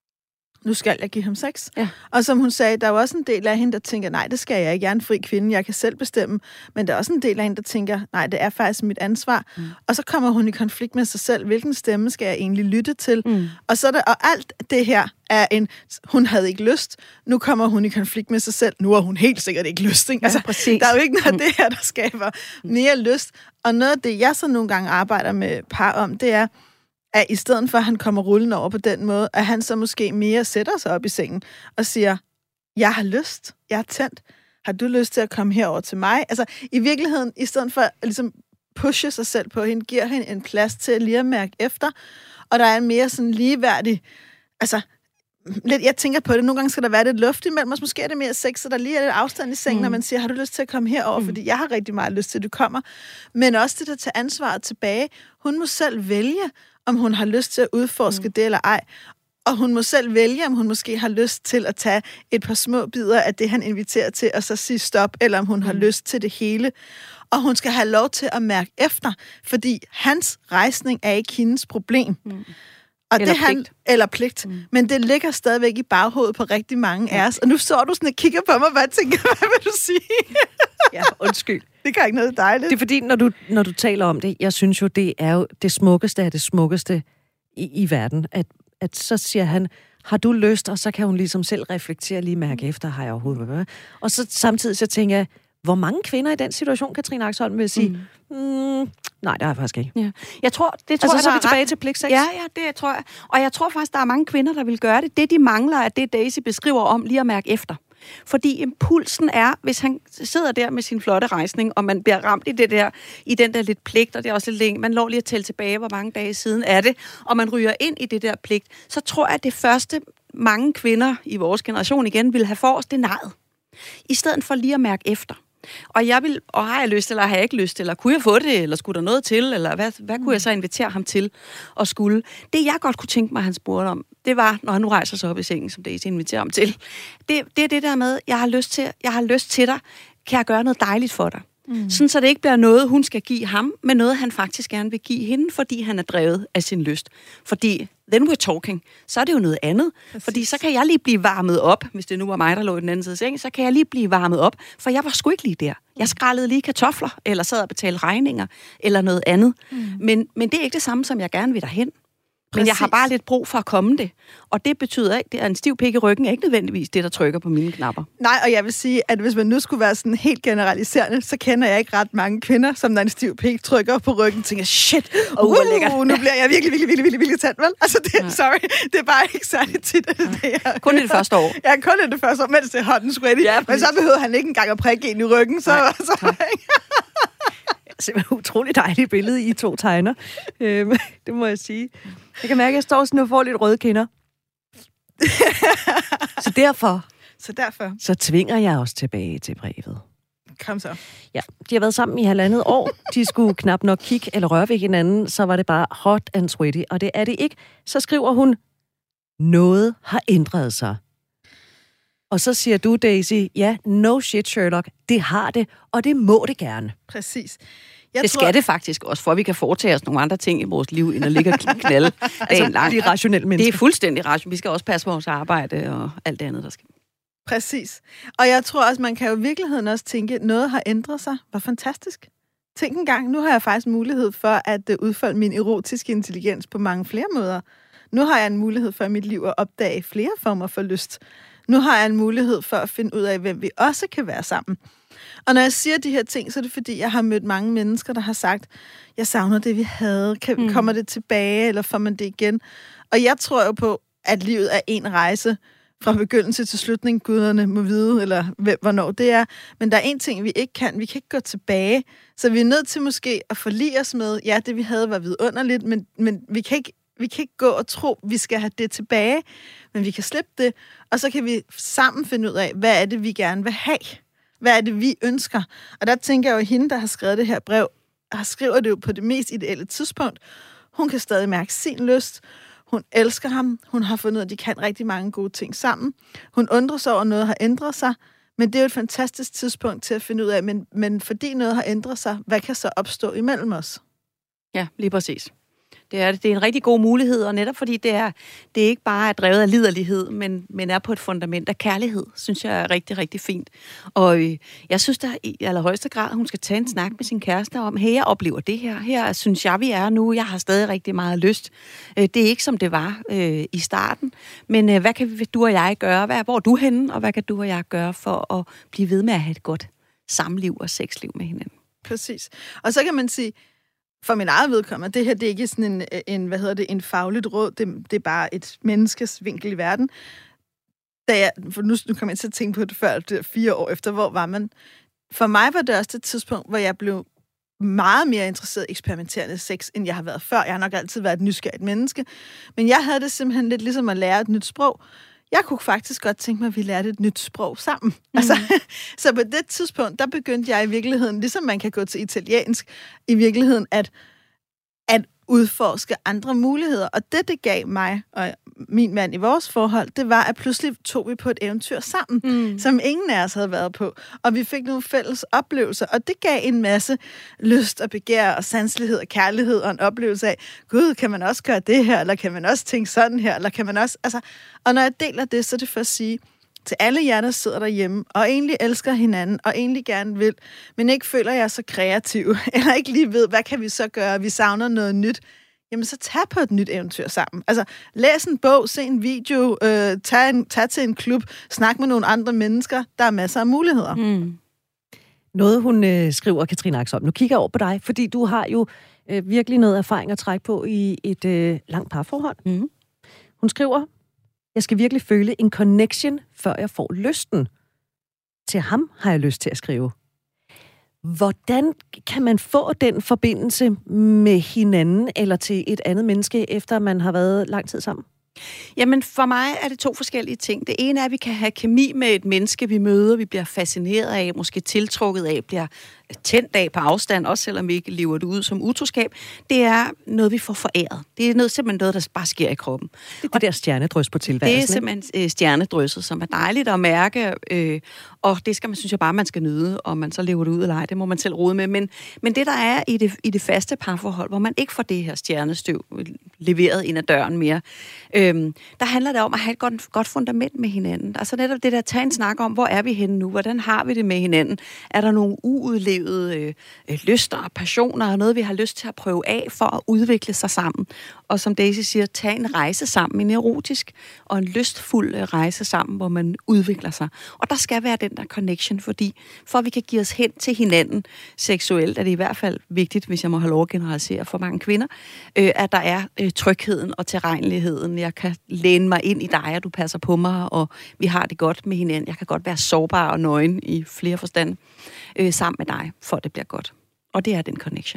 nu skal jeg give ham sex. Ja. Og som hun sagde, der er jo også en del af hende, der tænker, nej, det skal jeg ikke. Jeg er en fri kvinde, jeg kan selv bestemme. Men der er også en del af hende, der tænker, nej, det er faktisk mit ansvar. Mm. Og så kommer hun i konflikt med sig selv. Hvilken stemme skal jeg egentlig lytte til? Mm. Og så er det, og alt det her er en, hun havde ikke lyst. Nu kommer hun i konflikt med sig selv. Nu har hun helt sikkert ikke lyst. Ikke? Altså, ja, der er jo ikke noget af det her, der skaber mere lyst. Og noget af det, jeg så nogle gange arbejder med par om, det er, at i stedet for, at han kommer rullende over på den måde, at han så måske mere sætter sig op i sengen og siger, jeg har lyst, jeg er tændt, har du lyst til at komme herover til mig? Altså i virkeligheden, i stedet for at ligesom pushe sig selv på hende, giver hende en plads til at lige at mærke efter, og der er en mere sådan ligeværdig, altså lidt, jeg tænker på det, nogle gange skal der være lidt luft imellem os, måske er det mere sex, så der lige er lidt afstand i sengen, mm. når man siger, har du lyst til at komme herover, mm. fordi jeg har rigtig meget lyst til, at du kommer. Men også det, der tager ansvaret tilbage. Hun må selv vælge, om hun har lyst til at udforske mm. det eller ej. Og hun må selv vælge, om hun måske har lyst til at tage et par små bidder af det, han inviterer til, og så sige stop, eller om hun mm. har lyst til det hele. Og hun skal have lov til at mærke efter, fordi hans rejsning er ikke hendes problem. Mm. Og eller det han, pligt. Eller pligt. Mm. Men det ligger stadigvæk i baghovedet på rigtig mange af os. Og nu så du sådan og kigger på mig, hvad jeg tænker, hvad vil du sige? Ja, undskyld. Det kan ikke noget dejligt. Det er fordi, når du, når du taler om det, jeg synes jo, det er jo det smukkeste af det smukkeste i, i verden. At, at så siger han, har du lyst? Og så kan hun ligesom selv reflektere, lige mærke efter, har jeg overhovedet hvad? Og så samtidig så tænker jeg, hvor mange kvinder i den situation, Katrine Axholm, vil sige, mm. Mm, nej, det har jeg faktisk ikke. Ja. Jeg tror, det tror altså, jeg, så er vi er tilbage ret... til pligtsex. Ja, ja, det tror jeg. Og jeg tror faktisk, der er mange kvinder, der vil gøre det. Det, de mangler, er det, Daisy beskriver om lige at mærke efter. Fordi impulsen er, hvis han sidder der med sin flotte rejsning, og man bliver ramt i det der, i den der lidt pligt, og det er også lidt længe, man lov lige at tælle tilbage, hvor mange dage siden er det, og man ryger ind i det der pligt, så tror jeg, at det første, mange kvinder i vores generation igen vil have for os, det er nejet. I stedet for lige at mærke efter. Og jeg vil, og har jeg lyst, eller har jeg ikke lyst, eller kunne jeg få det, eller skulle der noget til, eller hvad, hvad kunne jeg så invitere ham til at skulle? Det, jeg godt kunne tænke mig, han spurgte om, det var, når han nu rejser sig op i sengen, som Daisy inviterer ham til. Det, det er det der med, jeg har lyst til, jeg har lyst til dig, kan jeg gøre noget dejligt for dig? Mm. Sådan, så det ikke bliver noget, hun skal give ham, men noget, han faktisk gerne vil give hende, fordi han er drevet af sin lyst. Fordi, then we're talking, så er det jo noget andet. Præcis. Fordi så kan jeg lige blive varmet op, hvis det nu var mig, der lå i den anden side af sengen, så kan jeg lige blive varmet op, for jeg var sgu ikke lige der. Jeg skrællede lige kartofler, eller sad og betalte regninger, eller noget andet. Mm. Men, men det er ikke det samme, som jeg gerne vil derhen. Men Præcis. Jeg har bare lidt brug for at komme det. Og det betyder ikke, at en stiv pik i ryggen er ikke nødvendigvis det, der trykker på mine knapper. Nej, og jeg vil sige, at hvis man nu skulle være sådan helt generaliserende, så kender jeg ikke ret mange kvinder, som når en stiv pik trykker på ryggen, og tænker, shit, uh, uh, nu bliver jeg virkelig, virkelig, virkelig, virkelig, virkelig tændt, vel? Altså, det, ja. sorry, det er bare ikke særlig tit. Det, det er, kun i det første år. Ja, kun i det første år, mens det er hånden ready. Ja, men så behøver han ikke engang at prikke ind i ryggen. Så, nej, så, så simpelthen utroligt dejligt billede, I to tegner. Øhm, det må jeg sige. Jeg kan mærke, at jeg står sådan og får lidt røde kinder. Så derfor, så derfor, så tvinger jeg os tilbage til brevet. Kom så. Ja, de har været sammen i halvandet år. De skulle knap nok kigge eller røre ved hinanden, så var det bare hot and sweaty. Og det er det ikke. Så skriver hun, noget har ændret sig. Og så siger du, Daisy, ja, no shit, Sherlock. Det har det, og det må det gerne. Præcis. Jeg det tror... skal det faktisk også, for at vi kan foretage os nogle andre ting i vores liv, end at ligge og knalde dagen lang. Det er rationelle mennesker. Det er fuldstændig rationelt. Vi skal også passe på vores arbejde og alt det andet, der skal. Præcis. Og jeg tror også, man kan jo i virkeligheden også tænke, at noget har ændret sig. Hvor fantastisk. Tænk en gang, nu har jeg faktisk mulighed for at udfolde min erotiske intelligens på mange flere måder. Nu har jeg en mulighed for i mit liv at opdage flere former for lyst. Nu har jeg en mulighed for at finde ud af, hvem vi også kan være sammen. Og når jeg siger de her ting, så er det fordi, jeg har mødt mange mennesker, der har sagt, jeg savner det, vi havde. Kan, mm. Kommer det tilbage, eller får man det igen? Og jeg tror jo på, at livet er en rejse fra begyndelse til slutning. Guderne må vide, eller hvem, hvornår det er. Men der er en ting, vi ikke kan. Vi kan ikke gå tilbage. Så vi er nødt til måske at forlige os med, ja, det vi havde var vidunderligt, men, men vi kan ikke Vi kan ikke gå og tro, vi skal have det tilbage, men vi kan slippe det, og så kan vi sammen finde ud af, hvad er det, vi gerne vil have? Hvad er det, vi ønsker? Og der tænker jeg jo, at hende, der har skrevet det her brev, har skriver det jo på det mest ideelle tidspunkt. Hun kan stadig mærke sin lyst. Hun elsker ham. Hun har fundet ud af, at de kan rigtig mange gode ting sammen. Hun undrer sig over, at noget har ændret sig. Men det er jo et fantastisk tidspunkt til at finde ud af, men, men fordi noget har ændret sig, hvad kan så opstå imellem os? Ja, lige præcis. Det er, det er en rigtig god mulighed, og netop fordi det er, det er ikke bare er drevet af liderlighed, men, men er på et fundament af kærlighed, synes jeg er rigtig, rigtig fint. Og øh, jeg synes da i allerhøjeste grad, hun skal tage en snak med sin kæreste om, hey, jeg oplever det her. Her synes jeg, vi er nu. Jeg har stadig rigtig meget lyst. Øh, det er ikke, som det var øh, i starten, men øh, hvad kan du og jeg gøre? Hvad, hvor er du henne, og hvad kan du og jeg gøre for at blive ved med at have et godt samliv og sexliv med hinanden? Præcis. Og så kan man sige, for min eget vedkommende, det her det er ikke sådan en, en, hvad hedder det, en fagligt råd, det, det er bare et menneskes vinkel i verden. Da jeg, for nu, nu kommer jeg til at tænke på det før, det er fire år efter, hvor var man? For mig var det også et tidspunkt, hvor jeg blev meget mere interesseret i eksperimenterende sex, end jeg har været før. Jeg har nok altid været et nysgerrigt menneske, men jeg havde det simpelthen lidt ligesom at lære et nyt sprog. jeg kunne faktisk godt tænke mig, at vi lærte et nyt sprog sammen. Mm. Altså, så på det tidspunkt, der begyndte jeg i virkeligheden, ligesom man kan gå til italiensk, i virkeligheden at, at udforske andre muligheder. Og det, det gav mig og min mand i vores forhold, det var, at pludselig tog vi på et eventyr sammen, mm. som ingen af os havde været på. Og vi fik nogle fælles oplevelser, og det gav en masse lyst og begær og sanselighed og kærlighed og en oplevelse af, gud, kan man også gøre det her, eller kan man også tænke sådan her, eller kan man også... Altså, og når jeg deler det, så er det for at sige, til alle jer, der sidder derhjemme, og egentlig elsker hinanden, og egentlig gerne vil, men ikke føler jer så kreative, eller ikke lige ved, hvad kan vi så gøre, vi savner noget nyt, jamen så tag på et nyt eventyr sammen. Altså, læs en bog, se en video, øh, tag, en, tag til en klub, snak med nogle andre mennesker, der er masser af muligheder. Mm. Noget, hun øh, skriver, Katrine Axholm, nu kigger jeg over på dig, fordi du har jo øh, virkelig noget erfaring at trække på i et øh, langt parforhold. Mm. Hun skriver, jeg skal virkelig føle en connection, før jeg får lysten. Til ham har jeg lyst til at skrive. Hvordan kan man få den forbindelse med hinanden eller til et andet menneske, efter man har været lang tid sammen? Jamen, for mig er det to forskellige ting. Det ene er, at vi kan have kemi med et menneske, vi møder, vi bliver fascineret af, måske tiltrukket af, bliver tændt af på afstand, også selvom vi ikke lever det ud som utroskab. Det er noget, vi får foræret. Det er noget, simpelthen noget, der bare sker i kroppen. Det er det der stjernedrys på tilværelsen. Det er simpelthen stjernedrysset, som er dejligt at mærke, øh, og det skal man, synes jeg bare, man skal nyde, og man så lever det ud eller ej. Det må man selv rode med. Men, men det, der er i det, i det faste parforhold, hvor man ikke får det her stjernestøv leveret ind ad døren mere, øh, der handler det om at have et godt, godt fundament med hinanden. Altså netop det der, tage en snak om, hvor er vi henne nu? Hvordan har vi det med hinanden? Er der nogle uudlevede Øh, øh, lyster og passioner og noget, vi har lyst til at prøve af for at udvikle sig sammen. Og som Daisy siger, tage en rejse sammen, en erotisk og en lystfuld øh, rejse sammen, hvor man udvikler sig. Og der skal være den der connection, fordi for at vi kan give os hen til hinanden seksuelt, er det i hvert fald vigtigt, hvis jeg må have lov at generalisere for mange kvinder, øh, at der er øh, trygheden og tilregneligheden. Jeg kan læne mig ind i dig, og du passer på mig, og vi har det godt med hinanden. Jeg kan godt være sårbar og nøgen i flere forstand øh, sammen med dig, for at det bliver godt. Og det er den connection.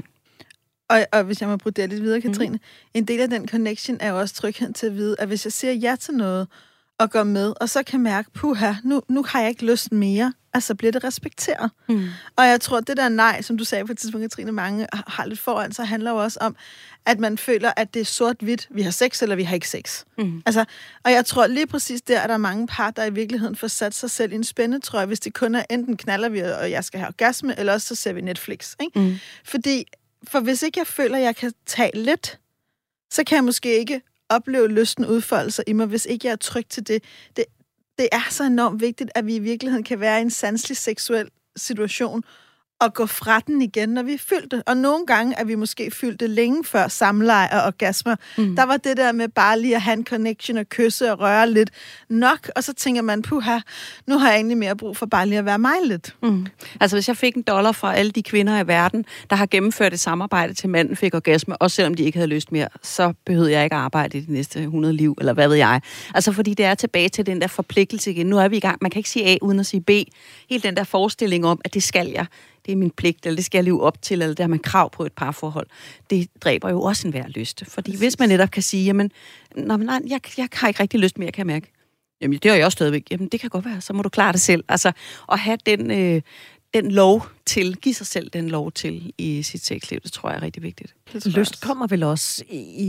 Og, og hvis jeg må bruge det lidt videre, Katrine, mm. en del af den connection er jo også trygheden til at vide, at hvis jeg siger ja til noget, og går med, og så kan mærke, puha, nu, nu har jeg ikke lyst mere, altså bliver det respekteret. Mm. Og jeg tror, det der nej, som du sagde på et tidspunkt, Katrine, mange har lidt foran, så handler jo også om, at man føler, at det er sort-hvidt, vi har sex, eller vi har ikke sex. Mm. Altså, og jeg tror lige præcis der, at der er mange par, der i virkeligheden får sat sig selv i en spændetrøje, hvis det kun er, enten knaller vi, og jeg skal have orgasme, eller også så ser vi Netflix. Ikke? Mm. Fordi, for hvis ikke jeg føler, at jeg kan tage lidt, så kan jeg måske ikke opleve lysten udfolde sig i mig, hvis ikke jeg er tryg til det. det. Det er så enormt vigtigt, at vi i virkeligheden kan være i en sanselig seksuel situation, og gå fra den igen, når vi er fyldte. Og nogle gange er vi måske fyldte længe før samleje og orgasmer. Mm. Der var det der med bare lige at have en connection og kysse og røre lidt nok, og så tænker man, puha, nu har jeg egentlig mere brug for bare lige at være mig lidt. Mm. Altså hvis jeg fik en dollar fra alle de kvinder i verden, der har gennemført et samarbejde til manden fik orgasme, også selvom de ikke havde lyst mere, så behøvede jeg ikke at arbejde i de næste hundrede liv, eller hvad ved jeg. Altså fordi det er tilbage til den der forpligtelse igen. Nu er vi i gang. Man kan ikke sige A uden at sige B. Helt den der forestilling om, at det skal jeg. Det er min pligt, eller det skal jeg leve op til, eller det har man krav på et parforhold. Det dræber jo også enhver lyst. Fordi Præcis. Hvis man netop kan sige, jamen, nej, jeg, jeg har ikke rigtig lyst mere, kan jeg mærke. Jamen, det har jeg også stadigvæk. Jamen, det kan godt være, så må du klare det selv. Altså, at have den, øh, den lov til, give sig selv den lov til i sit sexliv, det tror jeg er rigtig vigtigt. Lyst kommer vel også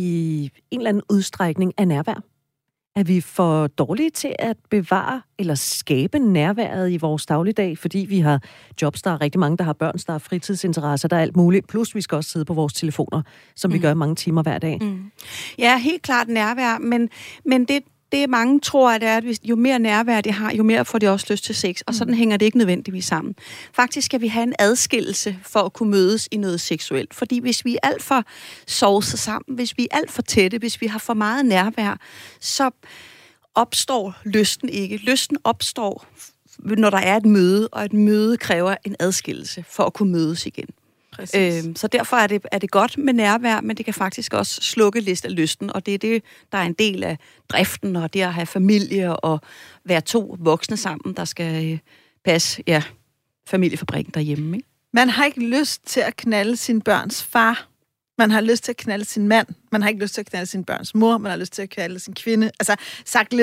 i en eller anden udstrækning af nærvær. Er vi for dårlige til at bevare eller skabe nærværet i vores dagligdag, fordi vi har jobs, der er rigtig mange, der har børn, der har fritidsinteresser, der er alt muligt. Plus vi skal også sidde på vores telefoner, som mm. vi gør mange timer hver dag. Mm. Ja, helt klart nærvær, men, men det, det mange tror, at, det er, at jo mere nærvær de har, jo mere får de også lyst til sex, og sådan mm. hænger det ikke nødvendigvis sammen. Faktisk skal vi have en adskillelse for at kunne mødes i noget seksuelt, fordi hvis vi er alt for sovset sammen, hvis vi er alt for tætte, hvis vi har for meget nærvær, så opstår lysten ikke. Lysten opstår, når der er et møde, og et møde kræver en adskillelse for at kunne mødes igen. Øhm, så derfor er det, er det godt med nærvær, men det kan faktisk også slukke lidt af lysten, og det er det, der er en del af driften, og det at have familie og være to voksne sammen, der skal øh, passe ja, familiefabrikken derhjemme. Ikke? Man har ikke lyst til at knalde sin børns far. Man har lyst til at knalde sin mand. Man har ikke lyst til at knalde sin børns mor. Man har lyst til at knalde sin kvinde. Altså sagt lidt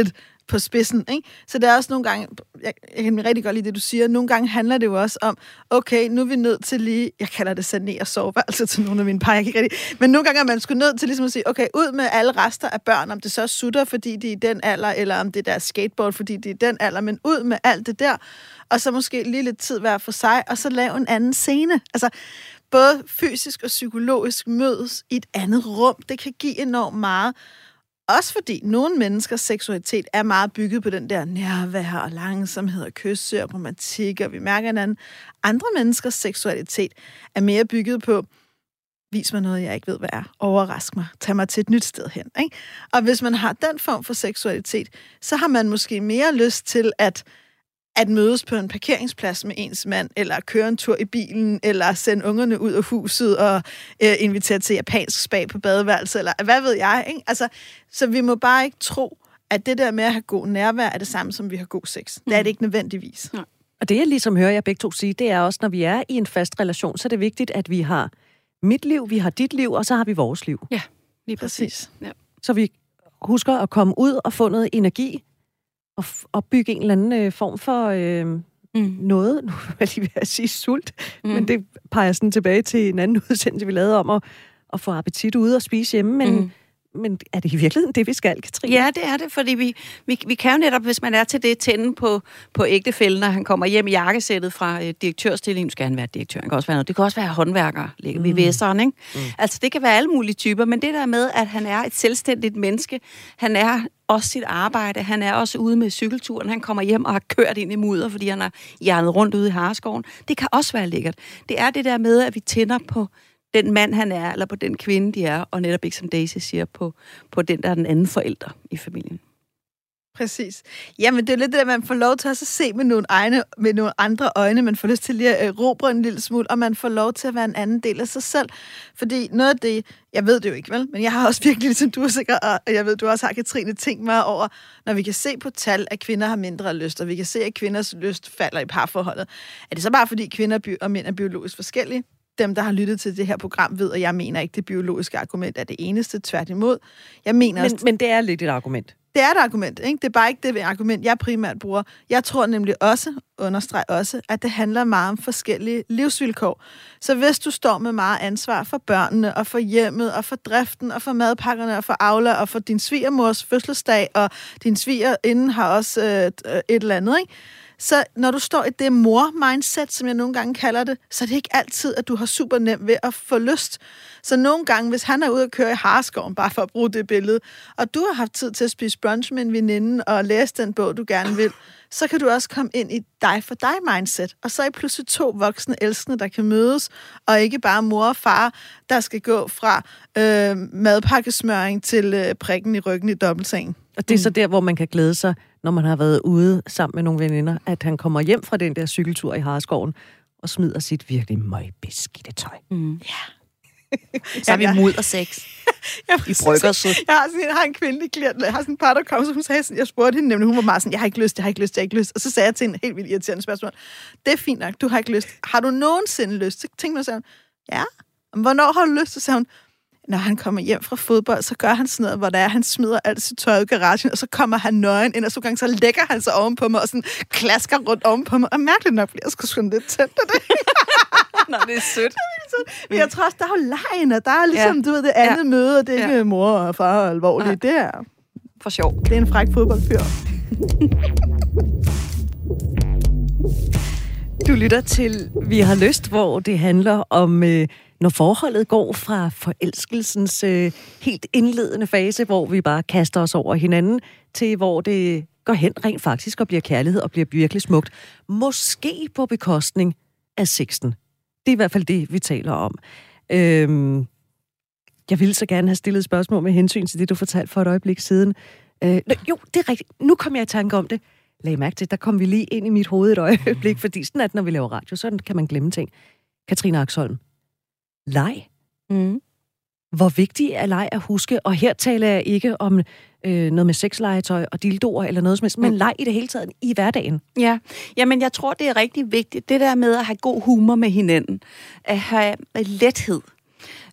på spidsen, ikke? Så det er også nogle gange, jeg, jeg kan rigtig godt lide det, du siger, nogle gange handler det jo også om, okay, nu er vi nødt til lige, jeg kalder det sanere soveværelset til nogle af mine par, jeg kan ikke rigtig, men nogle gange er man sgu nødt til ligesom at sige, okay, ud med alle rester af børn, om det så sutter, fordi de er i den alder, eller om det der skateboard, fordi de er i den alder, men ud med alt det der, og så måske lige lidt tid hver for sig, og så lave en anden scene. Altså, både fysisk og psykologisk mødes i et andet rum, det kan give enormt meget. Også fordi nogle menneskers seksualitet er meget bygget på den der nærvær og langsomhed og kysse og romantik, og vi mærker hinanden. Andre menneskers seksualitet er mere bygget på, vis mig noget, jeg ikke ved, hvad er. Overrask mig. Tag mig til et nyt sted hen. Ikke? Og hvis man har den form for seksualitet, så har man måske mere lyst til at at mødes på en parkeringsplads med ens mand, eller køre en tur i bilen, eller sende ungerne ud af huset og øh, invitere til japansk spa på badeværelset, eller hvad ved jeg, ikke? Altså, så vi må bare ikke tro, at det der med at have god nærvær er det samme, som vi har god sex. Det er det ikke nødvendigvis. Ja. Og det, jeg ligesom hører jer begge to sige, det er også, når vi er i en fast relation, så er det vigtigt, at vi har mit liv, vi har dit liv, og så har vi vores liv. Ja, lige præcis. præcis. Ja. Så vi husker at komme ud og få noget energi, og f- opbygge en eller anden øh, form for øh, mm. noget. Nu vil jeg lige ved at sige sult, mm. men det peger sådan tilbage til en anden udsendelse, vi lavede om at, at få appetit ude og spise hjemme. Men, mm. men er det i virkeligheden det, vi skal, Katrine? Ja, det er det, fordi vi, vi, vi kan jo netop, hvis man er til det, tænde på, på ægtefælden, når han kommer hjem i jakkesættet fra øh, direktørstillingen. Nu skal han være direktør, han kan også være noget. Det kan også være håndværker, ligger mm. ved V'eren, ikke? Mm. Altså, det kan være alle mulige typer, men det der med, at han er et selvstændigt menneske, han er også sit arbejde, han er også ude med cykelturen, han kommer hjem og har kørt ind i mudder, fordi han har hjernet rundt ude i Hareskoven. Det kan også være lækkert. Det er det der med, at vi tænder på den mand, han er, eller på den kvinde, de er, og netop ikke, som Daisy siger, på, på den, der er den anden forælder i familien. Præcis. Jamen, det er lidt det, at man får lov til at se med nogle, egne, med nogle andre øjne. Man får lyst til lige at erobre en lille smule, og man får lov til at være en anden del af sig selv. Fordi noget af det, jeg ved det jo ikke, vel? Men jeg har også virkelig, ligesom du er sikker, og jeg ved, du også har, Katrine, tænkt mig over, når vi kan se på tal, at kvinder har mindre lyst, og vi kan se, at kvinders lyst falder i parforholdet. Er det så bare, fordi kvinder og mænd er biologisk forskellige? Dem, der har lyttet til det her program, ved, og jeg mener ikke, det biologiske argument er det eneste, tværtimod. Jeg mener men, også, men det er lidt et argument. Det er et argument, ikke? Det er bare ikke det argument, jeg primært bruger. Jeg tror nemlig også, understreg også, at det handler meget om forskellige livsvilkår. Så hvis du står med meget ansvar for børnene, og for hjemmet, og for driften, og for madpakkerne, og for Aula, og for din svigermors fødselsdag, og din svigerinde har også øh, et eller andet, ikke? Så når du står i det mor-mindset, som jeg nogle gange kalder det, så er det ikke altid, at du har super nemt ved at få lyst. Så nogle gange, hvis han er ude at køre i Hareskoven, bare for at bruge det billede, og du har haft tid til at spise brunch med en veninde og læse den bog, du gerne vil, så kan du også komme ind i dig for dig mindset. Og så er I pludselig to voksne elskende, der kan mødes, og ikke bare mor og far, der skal gå fra øh, madpakkesmøring til øh, prikken i ryggen i dobbeltsengen. Og det er så der, hvor man kan glæde sig, når man har været ude sammen med nogle veninder, at han kommer hjem fra den der cykeltur i Hareskoven og smider sit virkelig møgbeskidte tøj. Mm. Ja. Så er vi mod og sex. I brygger så. Jeg har, sådan, jeg har en kvindelig klient, jeg har sådan en par, der kom, som sagde sådan, jeg spurgte hende nemlig, hun var meget sådan, jeg har ikke lyst, jeg har ikke lyst, jeg har ikke lyst. Og så sagde jeg til hende helt vildt irriterende spørgsmål, det er fint nok, du har ikke lyst. Har du nogensinde lyst? Så tænkte jeg, sagde hun, ja. Hvornår har du lyst? Så sagde hun, når han kommer hjem fra fodbold, så gør han sådan noget, hvor der er, han smider alt sit tøj i garagen, og så kommer han nøgen ind, og så gange så lægger han sig oven på mig, og sådan klasker rundt oven på mig. Og mærkeligt nok, bliver jeg sgu sådan lidt tændt af det. Nå, det er sødt. Men jeg tror også, der er jo lejen, og der er ligesom, ja. Du ved, det andet ja. Møde, og det er ja. Ikke mor og far og alvorligt. Ja. Det er for sjov. Det er en fræk fodboldfyr. Du lytter til Vi har lyst, hvor det handler om, øh, når forholdet går fra forelskelsens øh, helt indledende fase, hvor vi bare kaster os over hinanden, til hvor det går hen rent faktisk og bliver kærlighed og bliver virkelig smukt. Måske på bekostning af sexen. Det er i hvert fald det, vi taler om. Øhm, jeg ville så gerne have stillet et spørgsmål med hensyn til det, du fortalte for et øjeblik siden. Øh, jo, det er rigtigt. Nu kom jeg i tanke om det. Lag mærke til, der kom vi lige ind i mit hoved et øjeblik, fordi sådan at når vi laver radio, så kan man glemme ting. Katrine Axholm. Leg. Mm. Hvor vigtig er leg at huske? Og her taler jeg ikke om øh, noget med sexlegetøj og dildoer eller noget som helst, mm. men leg i det hele taget i hverdagen. Ja, jamen jeg tror, det er rigtig vigtigt. Det der med at have god humor med hinanden. At have lethed.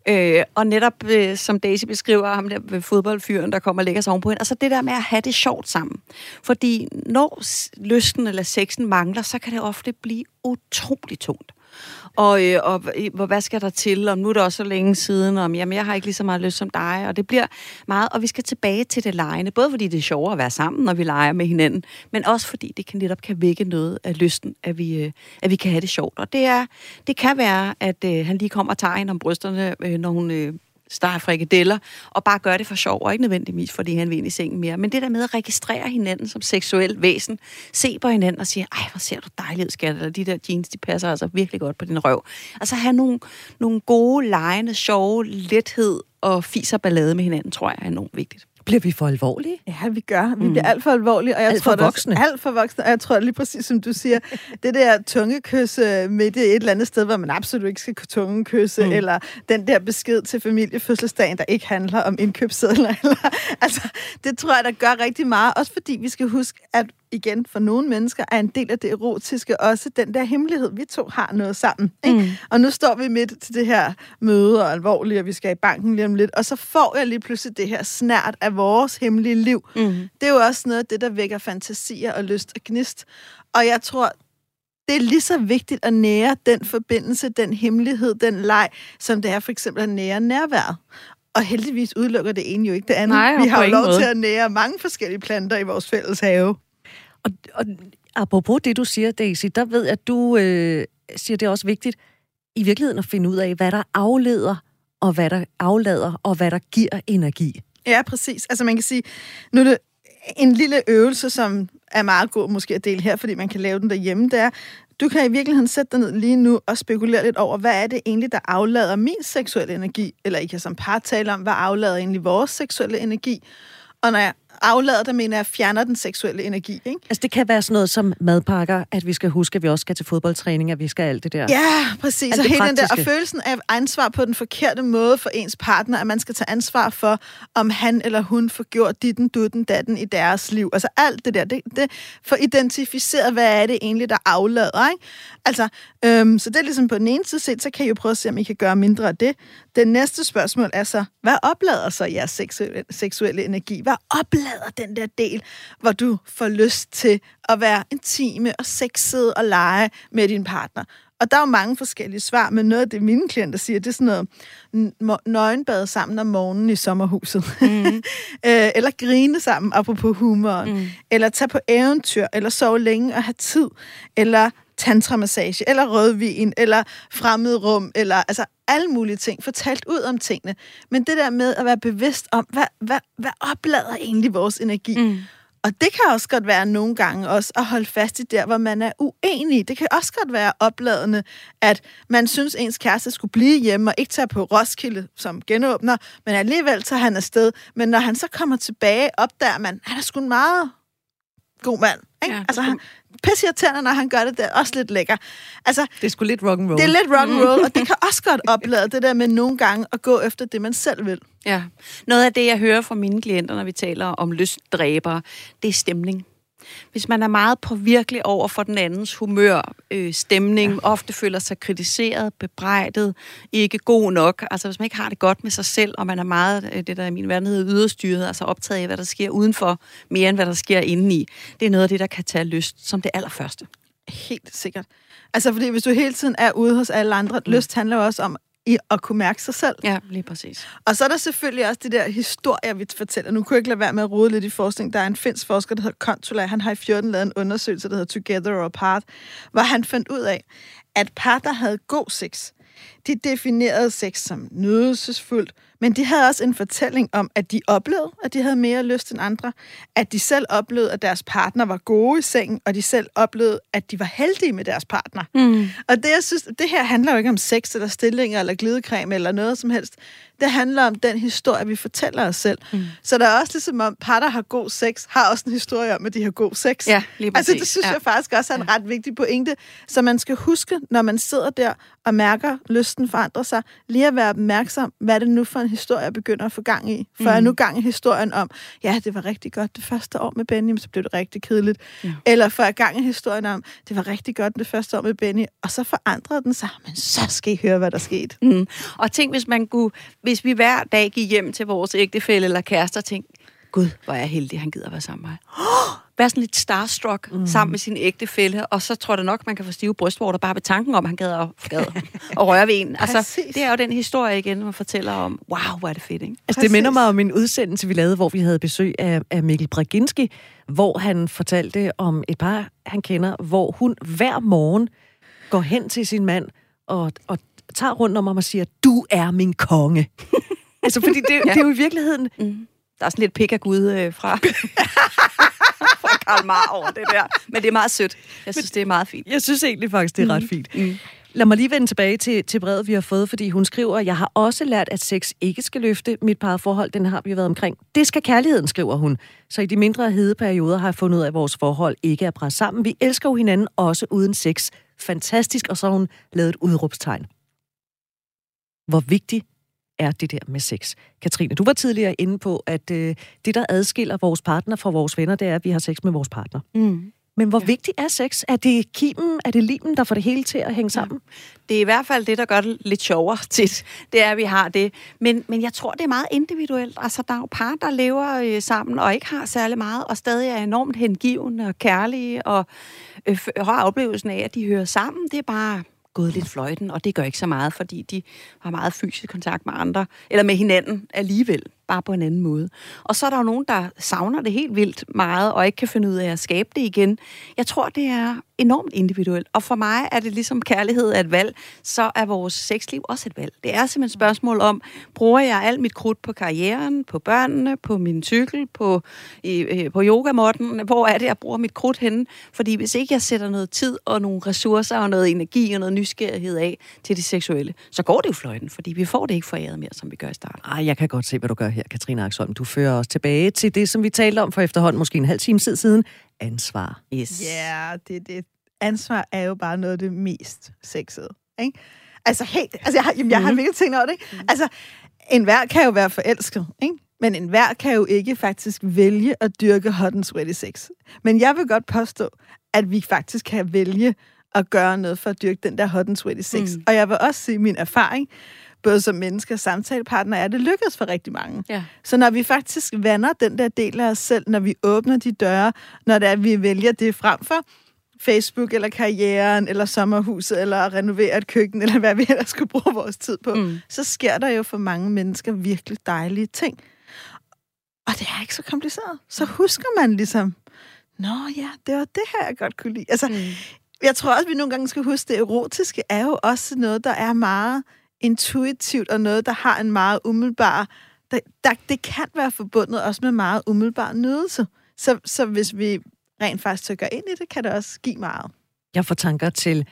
Øh, og netop, øh, som Daisy beskriver, ham der fodboldfyren, der kommer og lægger sig ovenpå hende, altså det der med at have det sjovt sammen. Fordi når lysten eller sexen mangler, så kan det ofte blive utroligt tungt. Og, øh, og hvad skal der til, om nu er det også så længe siden, om jamen, jeg har ikke lige så meget lyst som dig, og det bliver meget, og vi skal tilbage til det legende, både fordi det er sjovere at være sammen, når vi leger med hinanden, men også fordi det kan netop kan vække noget af lysten, at vi, øh, at vi kan have det sjovt. Og det, er, det kan være, at øh, han lige kommer og tager hende om brysterne, øh, når hun øh, steger frikadeller, og bare gør det for sjov, og ikke nødvendigvis, fordi han vil ind i sengen mere. Men det der med at registrere hinanden som seksuelt væsen, se på hinanden og sige, ej, hvor ser du dejligt ud, skat, eller de der jeans, de passer altså virkelig godt på din røv. Altså have nogle, nogle gode, legende, sjove, lethed og fis og ballade med hinanden, tror jeg er enormt vigtigt. Bliver vi for alvorlige? Ja, vi gør. Vi mm. bliver alt for alvorlige. Og jeg alt tror, for voksne. Der, alt for voksne. Og jeg tror lige præcis, som du siger, det der tungekys midt i et eller andet sted, hvor man absolut ikke skal tungekysse, mm. eller den der besked til familiefødselsdagen, der ikke handler om indkøbssedler. Eller, altså, det tror jeg, der gør rigtig meget. Også fordi vi skal huske, at igen, for nogle mennesker er en del af det erotiske også den der hemmelighed. Vi to har noget sammen. Ikke? Mm. Og nu står vi midt til det her møde, og alvorligt, og vi skal i banken lige om lidt, og så får jeg lige pludselig det her snært af vores hemmelige liv. Mm. Det er jo også noget af det, der vækker fantasier og lyst og gnist. Og jeg tror, det er lige så vigtigt at nære den forbindelse, den hemmelighed, den leg, som det er for eksempel at nære nærværet. Og heldigvis udelukker det ene jo ikke det andet. Nej, vi har jo lov måde. til at nære mange forskellige planter i vores fælles have. Og, og apropos det, du siger, Daisy, der ved jeg, at du øh, siger, det er også vigtigt i virkeligheden at finde ud af, hvad der afleder, og hvad der aflader, og hvad der giver energi. Ja, præcis. Altså man kan sige, nu er det en lille øvelse, som er meget god måske at dele her, fordi man kan lave den derhjemme, det er, du kan i virkeligheden sætte dig ned lige nu og spekulere lidt over, hvad er det egentlig, der aflader min seksuelle energi, eller I kan som par tale om, hvad aflader egentlig vores seksuelle energi, og når jeg aflader, der mener jeg, fjerner den seksuelle energi, ikke? Altså det kan være sådan noget som madpakker, at vi skal huske, at vi også skal til fodboldtræning, at vi skal alt det der. Ja, præcis. Og, hele den der, og følelsen af ansvar på den forkerte måde for ens partner, at man skal tage ansvar for, om han eller hun får gjort ditten, dutten, datten i deres liv. Altså alt det der, det, det for identificeret, hvad er det egentlig, der aflader, ikke? Altså, øhm, så det er ligesom på den ene side set, så kan I jo prøve at se, om I kan gøre mindre af det. Det næste spørgsmål er så, hvad oplader så jeres seksuelle, seksuelle energi? Hvad oplader den der del, hvor du får lyst til at være intime og sexet og lege med din partner? Og der er jo mange forskellige svar, men noget af det, mine klienter siger, det er sådan noget nøgenbade sammen om morgenen i sommerhuset. Mm. Eller grine sammen, apropos humoren. Mm. Eller tage på eventyr, eller sove længe og have tid. Eller tantramassage, eller rødvin, eller fremmed rum, eller altså alle mulige ting. Fortalt ud om tingene. Men det der med at være bevidst om, hvad, hvad, hvad oplader egentlig vores energi? Mm. Og det kan også godt være nogle gange også at holde fast i der, hvor man er uenig. Det kan også godt være opladende, at man synes, ens kæreste skulle blive hjemme og ikke tage på Roskilde som genåbner, men alligevel tager han afsted. Men når han så kommer tilbage, opdager man, han er sgu en meget god mand. Ikke? Ja, altså, han pisse irriterende, når han gør det, det er også lidt lækker. Altså, det er sgu lidt rock'n'roll. Det er lidt rock'n'roll, og det kan også godt oplade det der med nogle gange at gå efter det, man selv vil. Ja. Noget af det, jeg hører fra mine klienter, når vi taler om lystdræbere, det er stemning. Hvis man er meget påvirkelig over for den andens humør, øh, stemning, ja. ofte føler sig kritiseret, bebrejdet, ikke god nok. Altså hvis man ikke har det godt med sig selv, og man er meget, øh, det der i min verden hedder yderstyret, altså optaget af, hvad der sker udenfor, mere end hvad der sker indeni. Det er noget af det, der kan tage lyst som det allerførste. Helt sikkert. Altså fordi hvis du hele tiden er ude hos alle andre, mm. lyst handler jo også om i at kunne mærke sig selv. Ja, lige præcis. Og så er der selvfølgelig også de der historier, vi fortæller. Nu kunne jeg ikke lade være med at rode lidt i forskning. Der er en finsk forsker, der hedder Kontula. Han har i fjorten lavet en undersøgelse, der hedder Together or Apart, hvor han fandt ud af, at par, der havde god sex, de definerede sex som nydelsesfuldt, men de havde også en fortælling om, at de oplevede, at de havde mere lyst end andre, at de selv oplevede, at deres partner var gode i sengen, og de selv oplevede, at de var heldige med deres partner. Mm. Og det, jeg synes, det her handler jo ikke om sex, eller stillinger, eller glidecreme, eller noget som helst. Det handler om den historie, vi fortæller os selv. Mm. Så der er også ligesom om, par, der har god sex, har også en historie om, at de har god sex. Ja, lige præcis. Altså, det synes ja. jeg faktisk også er en ret vigtig pointe. Så man skal huske, når man sidder der og mærker lysten forandre sig, lige at være opmærksom, hvad er det nu for en historie, jeg begynder at få gang i. For mm. jeg nu gang i historien om, ja, det var rigtig godt det første år med Benny, men så blev det rigtig kedeligt. Ja. Eller for jeg gang i historien om, det var rigtig godt det første år med Benny, og så forandrede den sig, men så skal I høre, hvad der skete. Mm. Og tænk, hvis man kunne, hvis vi hver dag gik hjem til vores ægtefælle eller kærester og tænkte, Gud, hvor er jeg heldig, han gider være sammen med mig. Vær sådan lidt starstruck mm. sammen med sin ægtefælle, og så tror jeg nok, man kan få stive brystvorter bare ved tanken om, han gad at, gad at røre ved en. Altså, det er jo den historie igen, man fortæller om, wow, hvor er det fedt, ikke? Altså, det minder mig om en udsendelse, vi lavede, hvor vi havde besøg af, af Mikkel Braginski, hvor han fortalte om et par, han kender, hvor hun hver morgen går hen til sin mand og, og tager rundt om ham og siger, du er min konge. Altså, fordi det, ja. det er jo i virkeligheden... Mm. Der er sådan lidt pik af Gud øh, fra, fra Karl Marr over det der. Men det er meget sødt. Jeg synes, det er meget fint. Jeg synes egentlig faktisk, det er ret fint. Mm. Lad mig lige vende tilbage til, til brevet, vi har fået, fordi hun skriver, jeg har også lært, at sex ikke skal løfte mit parforhold. Den har vi været omkring. Det skal kærligheden, skriver hun. Så i de mindre hedeperioder har jeg fundet ud af, at vores forhold ikke er presset sammen. Vi elsker jo hinanden også uden sex. Fantastisk. Og så har hun lavet et udråbstegn. Hvor vigtigt er det der med sex. Katrine, du var tidligere inde på, at øh, det, der adskiller vores partner fra vores venner, det er, at vi har sex med vores partner. Mm. Men hvor ja. vigtigt er sex? Er det kimen, er det limen, der får det hele til at hænge sammen? Ja. Det er i hvert fald det, der gør det lidt sjovere tit. Det er, at vi har det. Men, men jeg tror, det er meget individuelt. Altså, der er jo par, der lever øh, sammen og ikke har særlig meget, og stadig er enormt hengivende og kærlige, og øh, har oplevelsen af, at de hører sammen. Det er bare gået lidt fløjten, og det gør ikke så meget, fordi de har meget fysisk kontakt med andre, eller med hinanden alligevel, bare på en anden måde. Og så er der jo nogen, der savner det helt vildt meget, og ikke kan finde ud af at skabe det igen. Jeg tror, det er enormt individuelt, og for mig er det ligesom kærlighed er et valg, så er vores sexliv også et valg. Det er simpelthen et spørgsmål om, bruger jeg alt mit krudt på karrieren, på børnene, på min cykel, på, i, på yogamotten, hvor er det, jeg bruger mit krudt henne? Fordi hvis ikke jeg sætter noget tid og nogle ressourcer og noget energi og noget nysgerrighed af til det seksuelle, så går det jo fløjten, fordi vi får det ikke foræret mere, som vi gør i starten. Ej, jeg kan godt se, hvad du gør her, Katrine Axholm. Du fører os tilbage til det, som vi talte om for efterhånden, måske en halv time tid siden. Ansvar. Yes. Ja, yeah, det, det. Ansvar er jo bare noget af det mest sexede, ikke? Altså, helt, altså jeg har, jamen, jeg mm-hmm. har virkelig tænkt over det, ikke? Mm-hmm. Altså, enhver kan jo være forelsket, ikke? Men enhver kan jo ikke faktisk vælge at dyrke hot and sweaty sex. Men jeg vil godt påstå, at vi faktisk kan vælge at gøre noget for at dyrke den der hot and sweaty sex. Mm. Og jeg vil også sige min erfaring, både som menneske og samtalepartner, er, at det lykkes for rigtig mange. Ja. Så når vi faktisk vander den der del af os selv, når vi åbner de døre, når det er, at vi vælger det frem for Facebook, eller karrieren, eller sommerhuset, eller at renovere et køkken, eller hvad vi ellers skulle bruge vores tid på, mm. så sker der jo for mange mennesker virkelig dejlige ting. Og det er ikke så kompliceret. Så husker man ligesom, nå ja, det var det her, jeg godt kunne lide. Altså, mm. jeg tror også, vi nogle gange skal huske, det erotiske er jo også noget, der er meget intuitivt, og noget, der har en meget umiddelbar... Der, der, det kan være forbundet også med meget umiddelbar nydelse. Så, så hvis vi rent faktisk tykker ind i det, kan det også give meget. Jeg får tanker til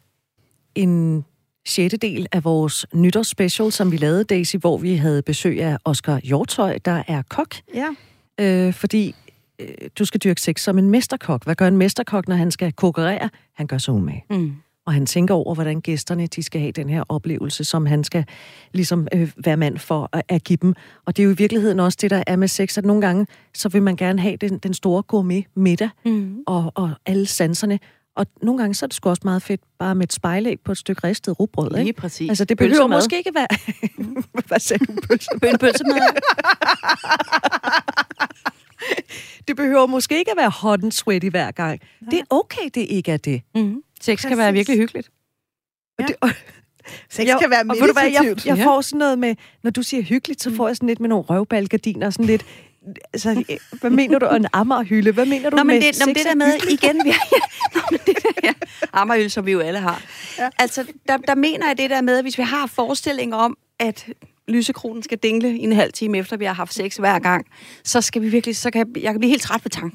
en sjette del af vores nytårsspecial, som vi lavede, Daisy, hvor vi havde besøg af Oscar Hjortøj, der er kok. Ja. Øh, fordi øh, du skal dyrke sex som en mesterkok. Hvad gør en mesterkok, når han skal kokkerere? Han gør sig umage. Mm. Og han tænker over, hvordan gæsterne de skal have den her oplevelse, som han skal ligesom øh, være mand for at, at give dem. Og det er jo i virkeligheden også det, der er med sex, at nogle gange, så vil man gerne have den, den store gourmet middag mm. og, og alle sanserne. Og nogle gange, så er det sgu også meget fedt, bare med et spejlæg på et stykke ristet rugbrød, ikke? Lige præcis. Altså, det behøver måske ikke være... Hvad sagde du? Pølsemad? Pølsemad. Det behøver måske ikke at være hot and sweaty hver gang. Ja. Det er okay, det ikke er det. Mm-hmm. Sex kan være virkelig hyggeligt. Ja. Og det, og, sex jeg, kan være meditativt. Jeg, jeg får sådan noget med, når du siger hyggeligt, så får jeg sådan lidt med nogle røvbalgardiner, sådan lidt... Altså, hvad mener du? En Amagerhylde? Hvad mener du nå, med det, sex? Nå, det der med, igen... Vi har, ja, nå, men det der, ja. Amagerhylde, som vi jo alle har. Ja. Altså, der, der mener jeg det der med, hvis vi har forestillinger om, at lysekronen skal dingle i en halv time efter, vi har haft sex hver gang, så skal vi virkelig... Så kan jeg, jeg kan blive helt træt ved tanken.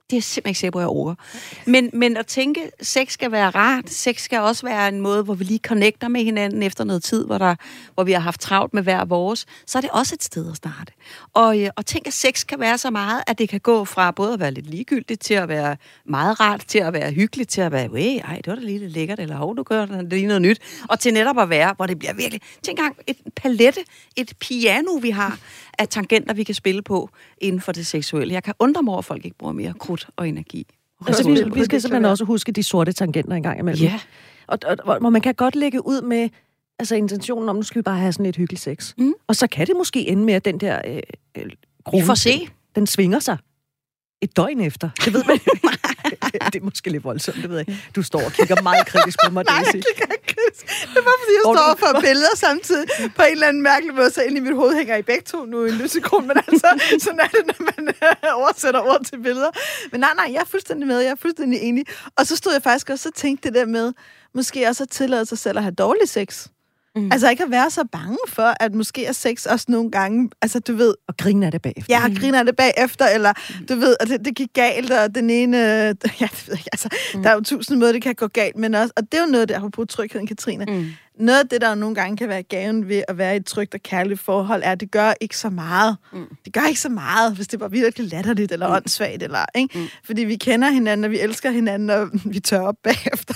Det er simpelthen ikke sikker på, at jeg orker. Men, men at tænke, sex skal være rart. Sex skal også være en måde, hvor vi lige connecter med hinanden efter noget tid, hvor, der, hvor vi har haft travlt med hver vores. Så er det også et sted at starte. Og, og tænk, at sex kan være så meget, at det kan gå fra både at være lidt ligegyldigt, til at være meget rart, til at være hyggeligt, til at være, hey, ej, det var da lige lidt lækkert, eller hov, du gør det lige noget nyt. Og til netop at være, hvor det bliver virkelig... Tænk engang, et palette, et piano, vi har af tangenter, vi kan spille på inden for det seksuelle. Jeg kan undre mig over, at folk ikke bruger mere krudt og energi. Altså, vi, vi skal simpelthen også huske de sorte tangenter en gang imellem. Ja. Og, og, og, og man kan godt lægge ud med altså, intentionen om, nu skal vi bare have sådan et hyggeligt sex. Mm. Og så kan det måske ende med, at den der øh, øh, gruppe, vi får se. Den svinger sig et døgn efter. Det ved man jo ikke. Det er måske lidt voldsomt, det ved jeg. Du står og kigger meget kritisk på mig, Daisy. Nej, jeg kigger ikke kritisk. Det var, fordi jeg står og får billeder samtidig. På en eller anden mærkelig måde, så ind i mit hoved hænger I begge to nu i en lysekron. Men altså, sådan er det, når man øh, oversætter ord til billeder. Men nej, nej, jeg er fuldstændig med. Jeg er fuldstændig enig. Og så stod jeg faktisk også og tænkte det der med, måske også at tillade sig selv at have dårlig sex. Mm. Altså ikke at være så bange for, at måske er sex også nogle gange, altså du ved... Og grine af det bagefter. Ja, og grine af det bagefter, eller mm. du ved, at det, det gik galt, og den ene... Ja, det ved jeg, altså, mm. der er jo tusind måder, det kan gå galt, men også... Og det er jo noget, der har på trygheden, Katrine. Mm. Noget af det, der jo nogle gange kan være gaven ved at være i et trygt og kærligt forhold, er, at det gør ikke så meget. Mm. Det gør ikke så meget, hvis det var virkelig latterligt, eller mm. åndssvagt, eller... Ikke? Mm. Fordi vi kender hinanden, og vi elsker hinanden, og vi tør op bagefter.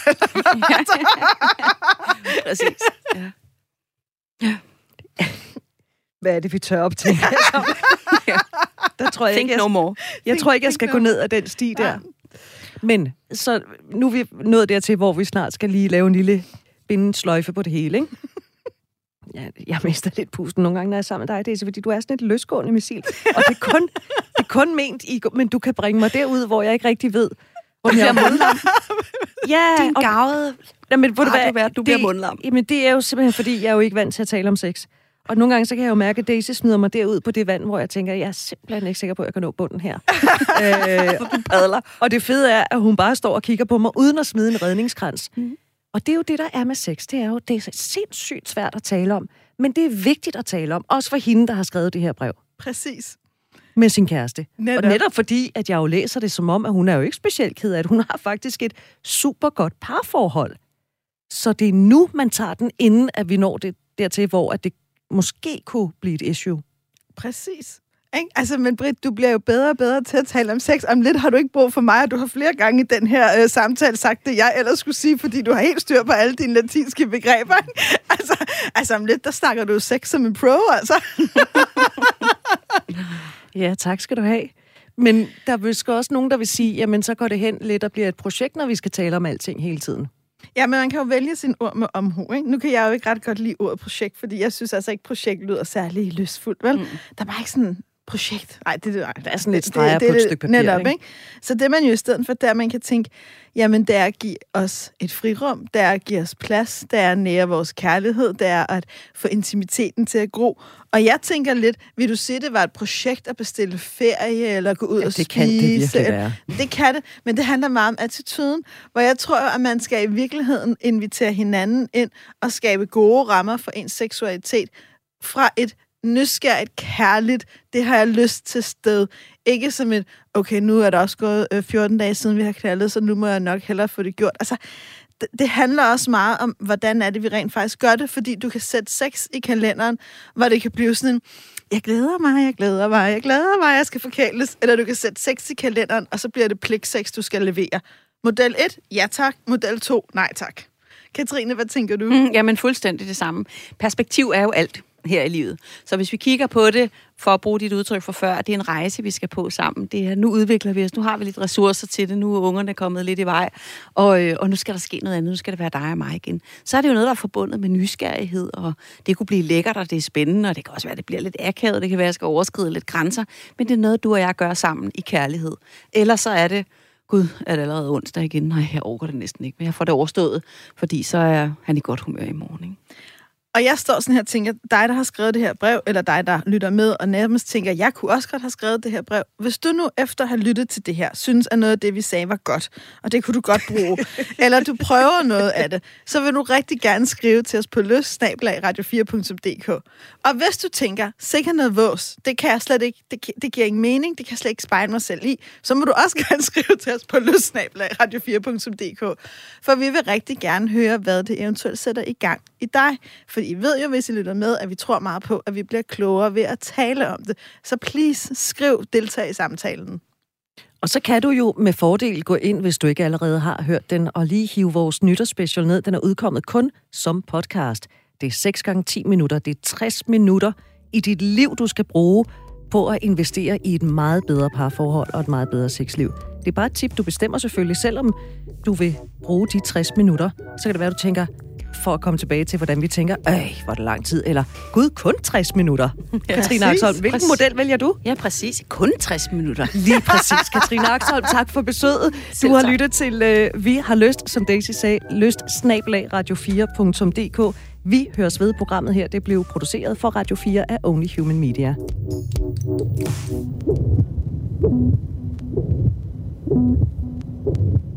Præcis, ja. Ja. Hvad er det, vi tør op til? Ja. Der tror jeg Think ikke, jeg, no more. Jeg tror ikke, jeg skal gå ned ad den sti der. Ja. Men så nu er vi nået dertil, hvor vi snart skal lige lave en lille bindesløjfe på det hele, ikke? Jeg, jeg mister lidt pusten nogle gange, når jeg er sammen med dig, Daisy, fordi du er sådan et løsgående missil. Og det er kun, det er kun ment i... Men du kan bringe mig derud, hvor jeg ikke rigtig ved... Hvor jeg er mundlam. Ja, din gavede... Jamen, hvor du, ah, hvad, du bliver det, mundlam. Jamen, det er jo simpelthen, fordi jeg er jo ikke vant til at tale om sex. Og nogle gange, så kan jeg jo mærke, at Daisy smider mig derud på det vand, hvor jeg tænker, jeg er simpelthen ikke sikker på, at jeg kan nå bunden her. øh, du padler. Og det fede er, at hun bare står og kigger på mig, uden at smide en redningskrans. Mm. Og det er jo det, der er med sex. Det er jo det er sindssygt svært at tale om. Men det er vigtigt at tale om. Også for hende, der har skrevet det her brev. Præcis. Med sin kæreste. Netop. Og netop fordi, at jeg jo læser det som om, at hun er jo ikke specielt ked af det. Hun har faktisk et super godt parforhold. Så det er nu, man tager den, inden at vi når det dertil, hvor at det måske kunne blive et issue. Præcis. Ikke? Altså, men Britt, du bliver jo bedre og bedre til at tale om sex. Om lidt har du ikke brug for mig, og du har flere gange i den her øh, samtale sagt det, jeg ellers skulle sige, fordi du har helt styr på alle dine latinske begreber. altså, altså, om lidt, der snakker du sex som en pro, altså. Ja, tak skal du have. Men der er måske også nogen, der vil sige, jamen så går det hen lidt og bliver et projekt, når vi skal tale om alting hele tiden. Ja, men man kan jo vælge sin ord med omhu, ikke? Nu kan jeg jo ikke ret godt lide ordet projekt, fordi jeg synes altså ikke, projekt lyder særlig lystfuldt, vel? Mm. Der er bare ikke sådan projekt. Nej, det, det, det er sådan lidt streger på et stykke papir, netop, ikke? ikke? Så det man jo i stedet for, der man kan tænke, jamen det er at give os et frirum, det er at give os plads, det er at nære vores kærlighed, det er at få intimiteten til at gro. Og jeg tænker lidt, vil du sige, det var et projekt at bestille ferie, eller gå ud ja, og spise? Det kan det virkelig være. Det kan det, men det handler meget om attituden, hvor jeg tror, at man skal i virkeligheden invitere hinanden ind og skabe gode rammer for ens seksualitet fra et nysgerrigt, kærligt, det har jeg lyst til sted. Ikke som et, okay, nu er der også gået øh, fjorten dage siden, vi har knaldet, så nu må jeg nok hellere få det gjort. Altså, det, det handler også meget om, hvordan er det, vi rent faktisk gør det, fordi du kan sætte sex i kalenderen, hvor det kan blive sådan en, jeg glæder mig, jeg glæder mig, jeg glæder mig, jeg skal forkæles. Eller du kan sætte sex i kalenderen, og så bliver det pligtsex, du skal levere. Model et, ja tak. Model to, nej tak. Katrine, hvad tænker du? Mm, jamen, fuldstændig det samme. Perspektiv er jo alt her i livet. Så hvis vi kigger på det, for at bruge dit udtryk for før, det er en rejse, vi skal på sammen. Det er, nu udvikler vi os, nu har vi lidt ressourcer til det, nu er ungerne kommet lidt i vej, og, øh, og nu skal der ske noget andet, nu skal det være dig og mig igen. Så er det jo noget, der er forbundet med nysgerrighed, og det kunne blive lækkert, og det er spændende, og det kan også være, at det bliver lidt akavet, det kan være, at jeg skal overskride lidt grænser, men det er noget, du og jeg gør sammen i kærlighed. Ellers så er det, gud, er det allerede onsdag igen? Nej, jeg orker det næsten ikke, men jeg får det overstået, fordi så er han i godt humør i morgen, ikke? Og jeg står sådan her og tænker, dig, der har skrevet det her brev, eller dig, der lytter med, og nærmest tænker, jeg kunne også godt have skrevet det her brev. Hvis du nu efter at have lyttet til det her, synes, at noget af det, vi sagde, var godt, og det kunne du godt bruge, eller du prøver noget af det, så vil du rigtig gerne skrive til os på lyst snabel-a radio fire punktum d k. Og hvis du tænker, sikkert noget vås, det kan jeg slet ikke, det, det giver ingen mening, det kan jeg slet ikke spejle mig selv i, så må du også gerne skrive til os på lyst snabel-a radio fire punktum d k. For vi vil rigtig gerne høre, hvad det eventuelt sætter i gang i dig. For I ved jo, hvis I lytter med, at vi tror meget på, at vi bliver klogere ved at tale om det. Så please, skriv, deltag i samtalen. Og så kan du jo med fordel gå ind, hvis du ikke allerede har hørt den, og lige hive vores nytårsspecial ned. Den er udkommet kun som podcast. Det er seks gange ti minutter. Det er tres minutter i dit liv, du skal bruge på at investere i et meget bedre parforhold og et meget bedre sexliv. Det er bare et tip, du bestemmer selvfølgelig. Selvom du vil bruge de tres minutter, så kan det være, at du tænker, for at komme tilbage til, hvordan vi tænker, øh, hvor er det lang tid, eller gud, kun tres minutter. Ja, Katrine Axholm, hvilken præcis. model vælger du? Ja, præcis. Kun tres minutter. Lige præcis. Katrine Axholm, tak for besøget. Du har lyttet til øh, Vi har lyst, som Daisy sagde, lyst snabel-a radio fire punktum d k. Vi høres ved. Programmet her, det blev produceret for Radio fire af Only Human Media. Thank you.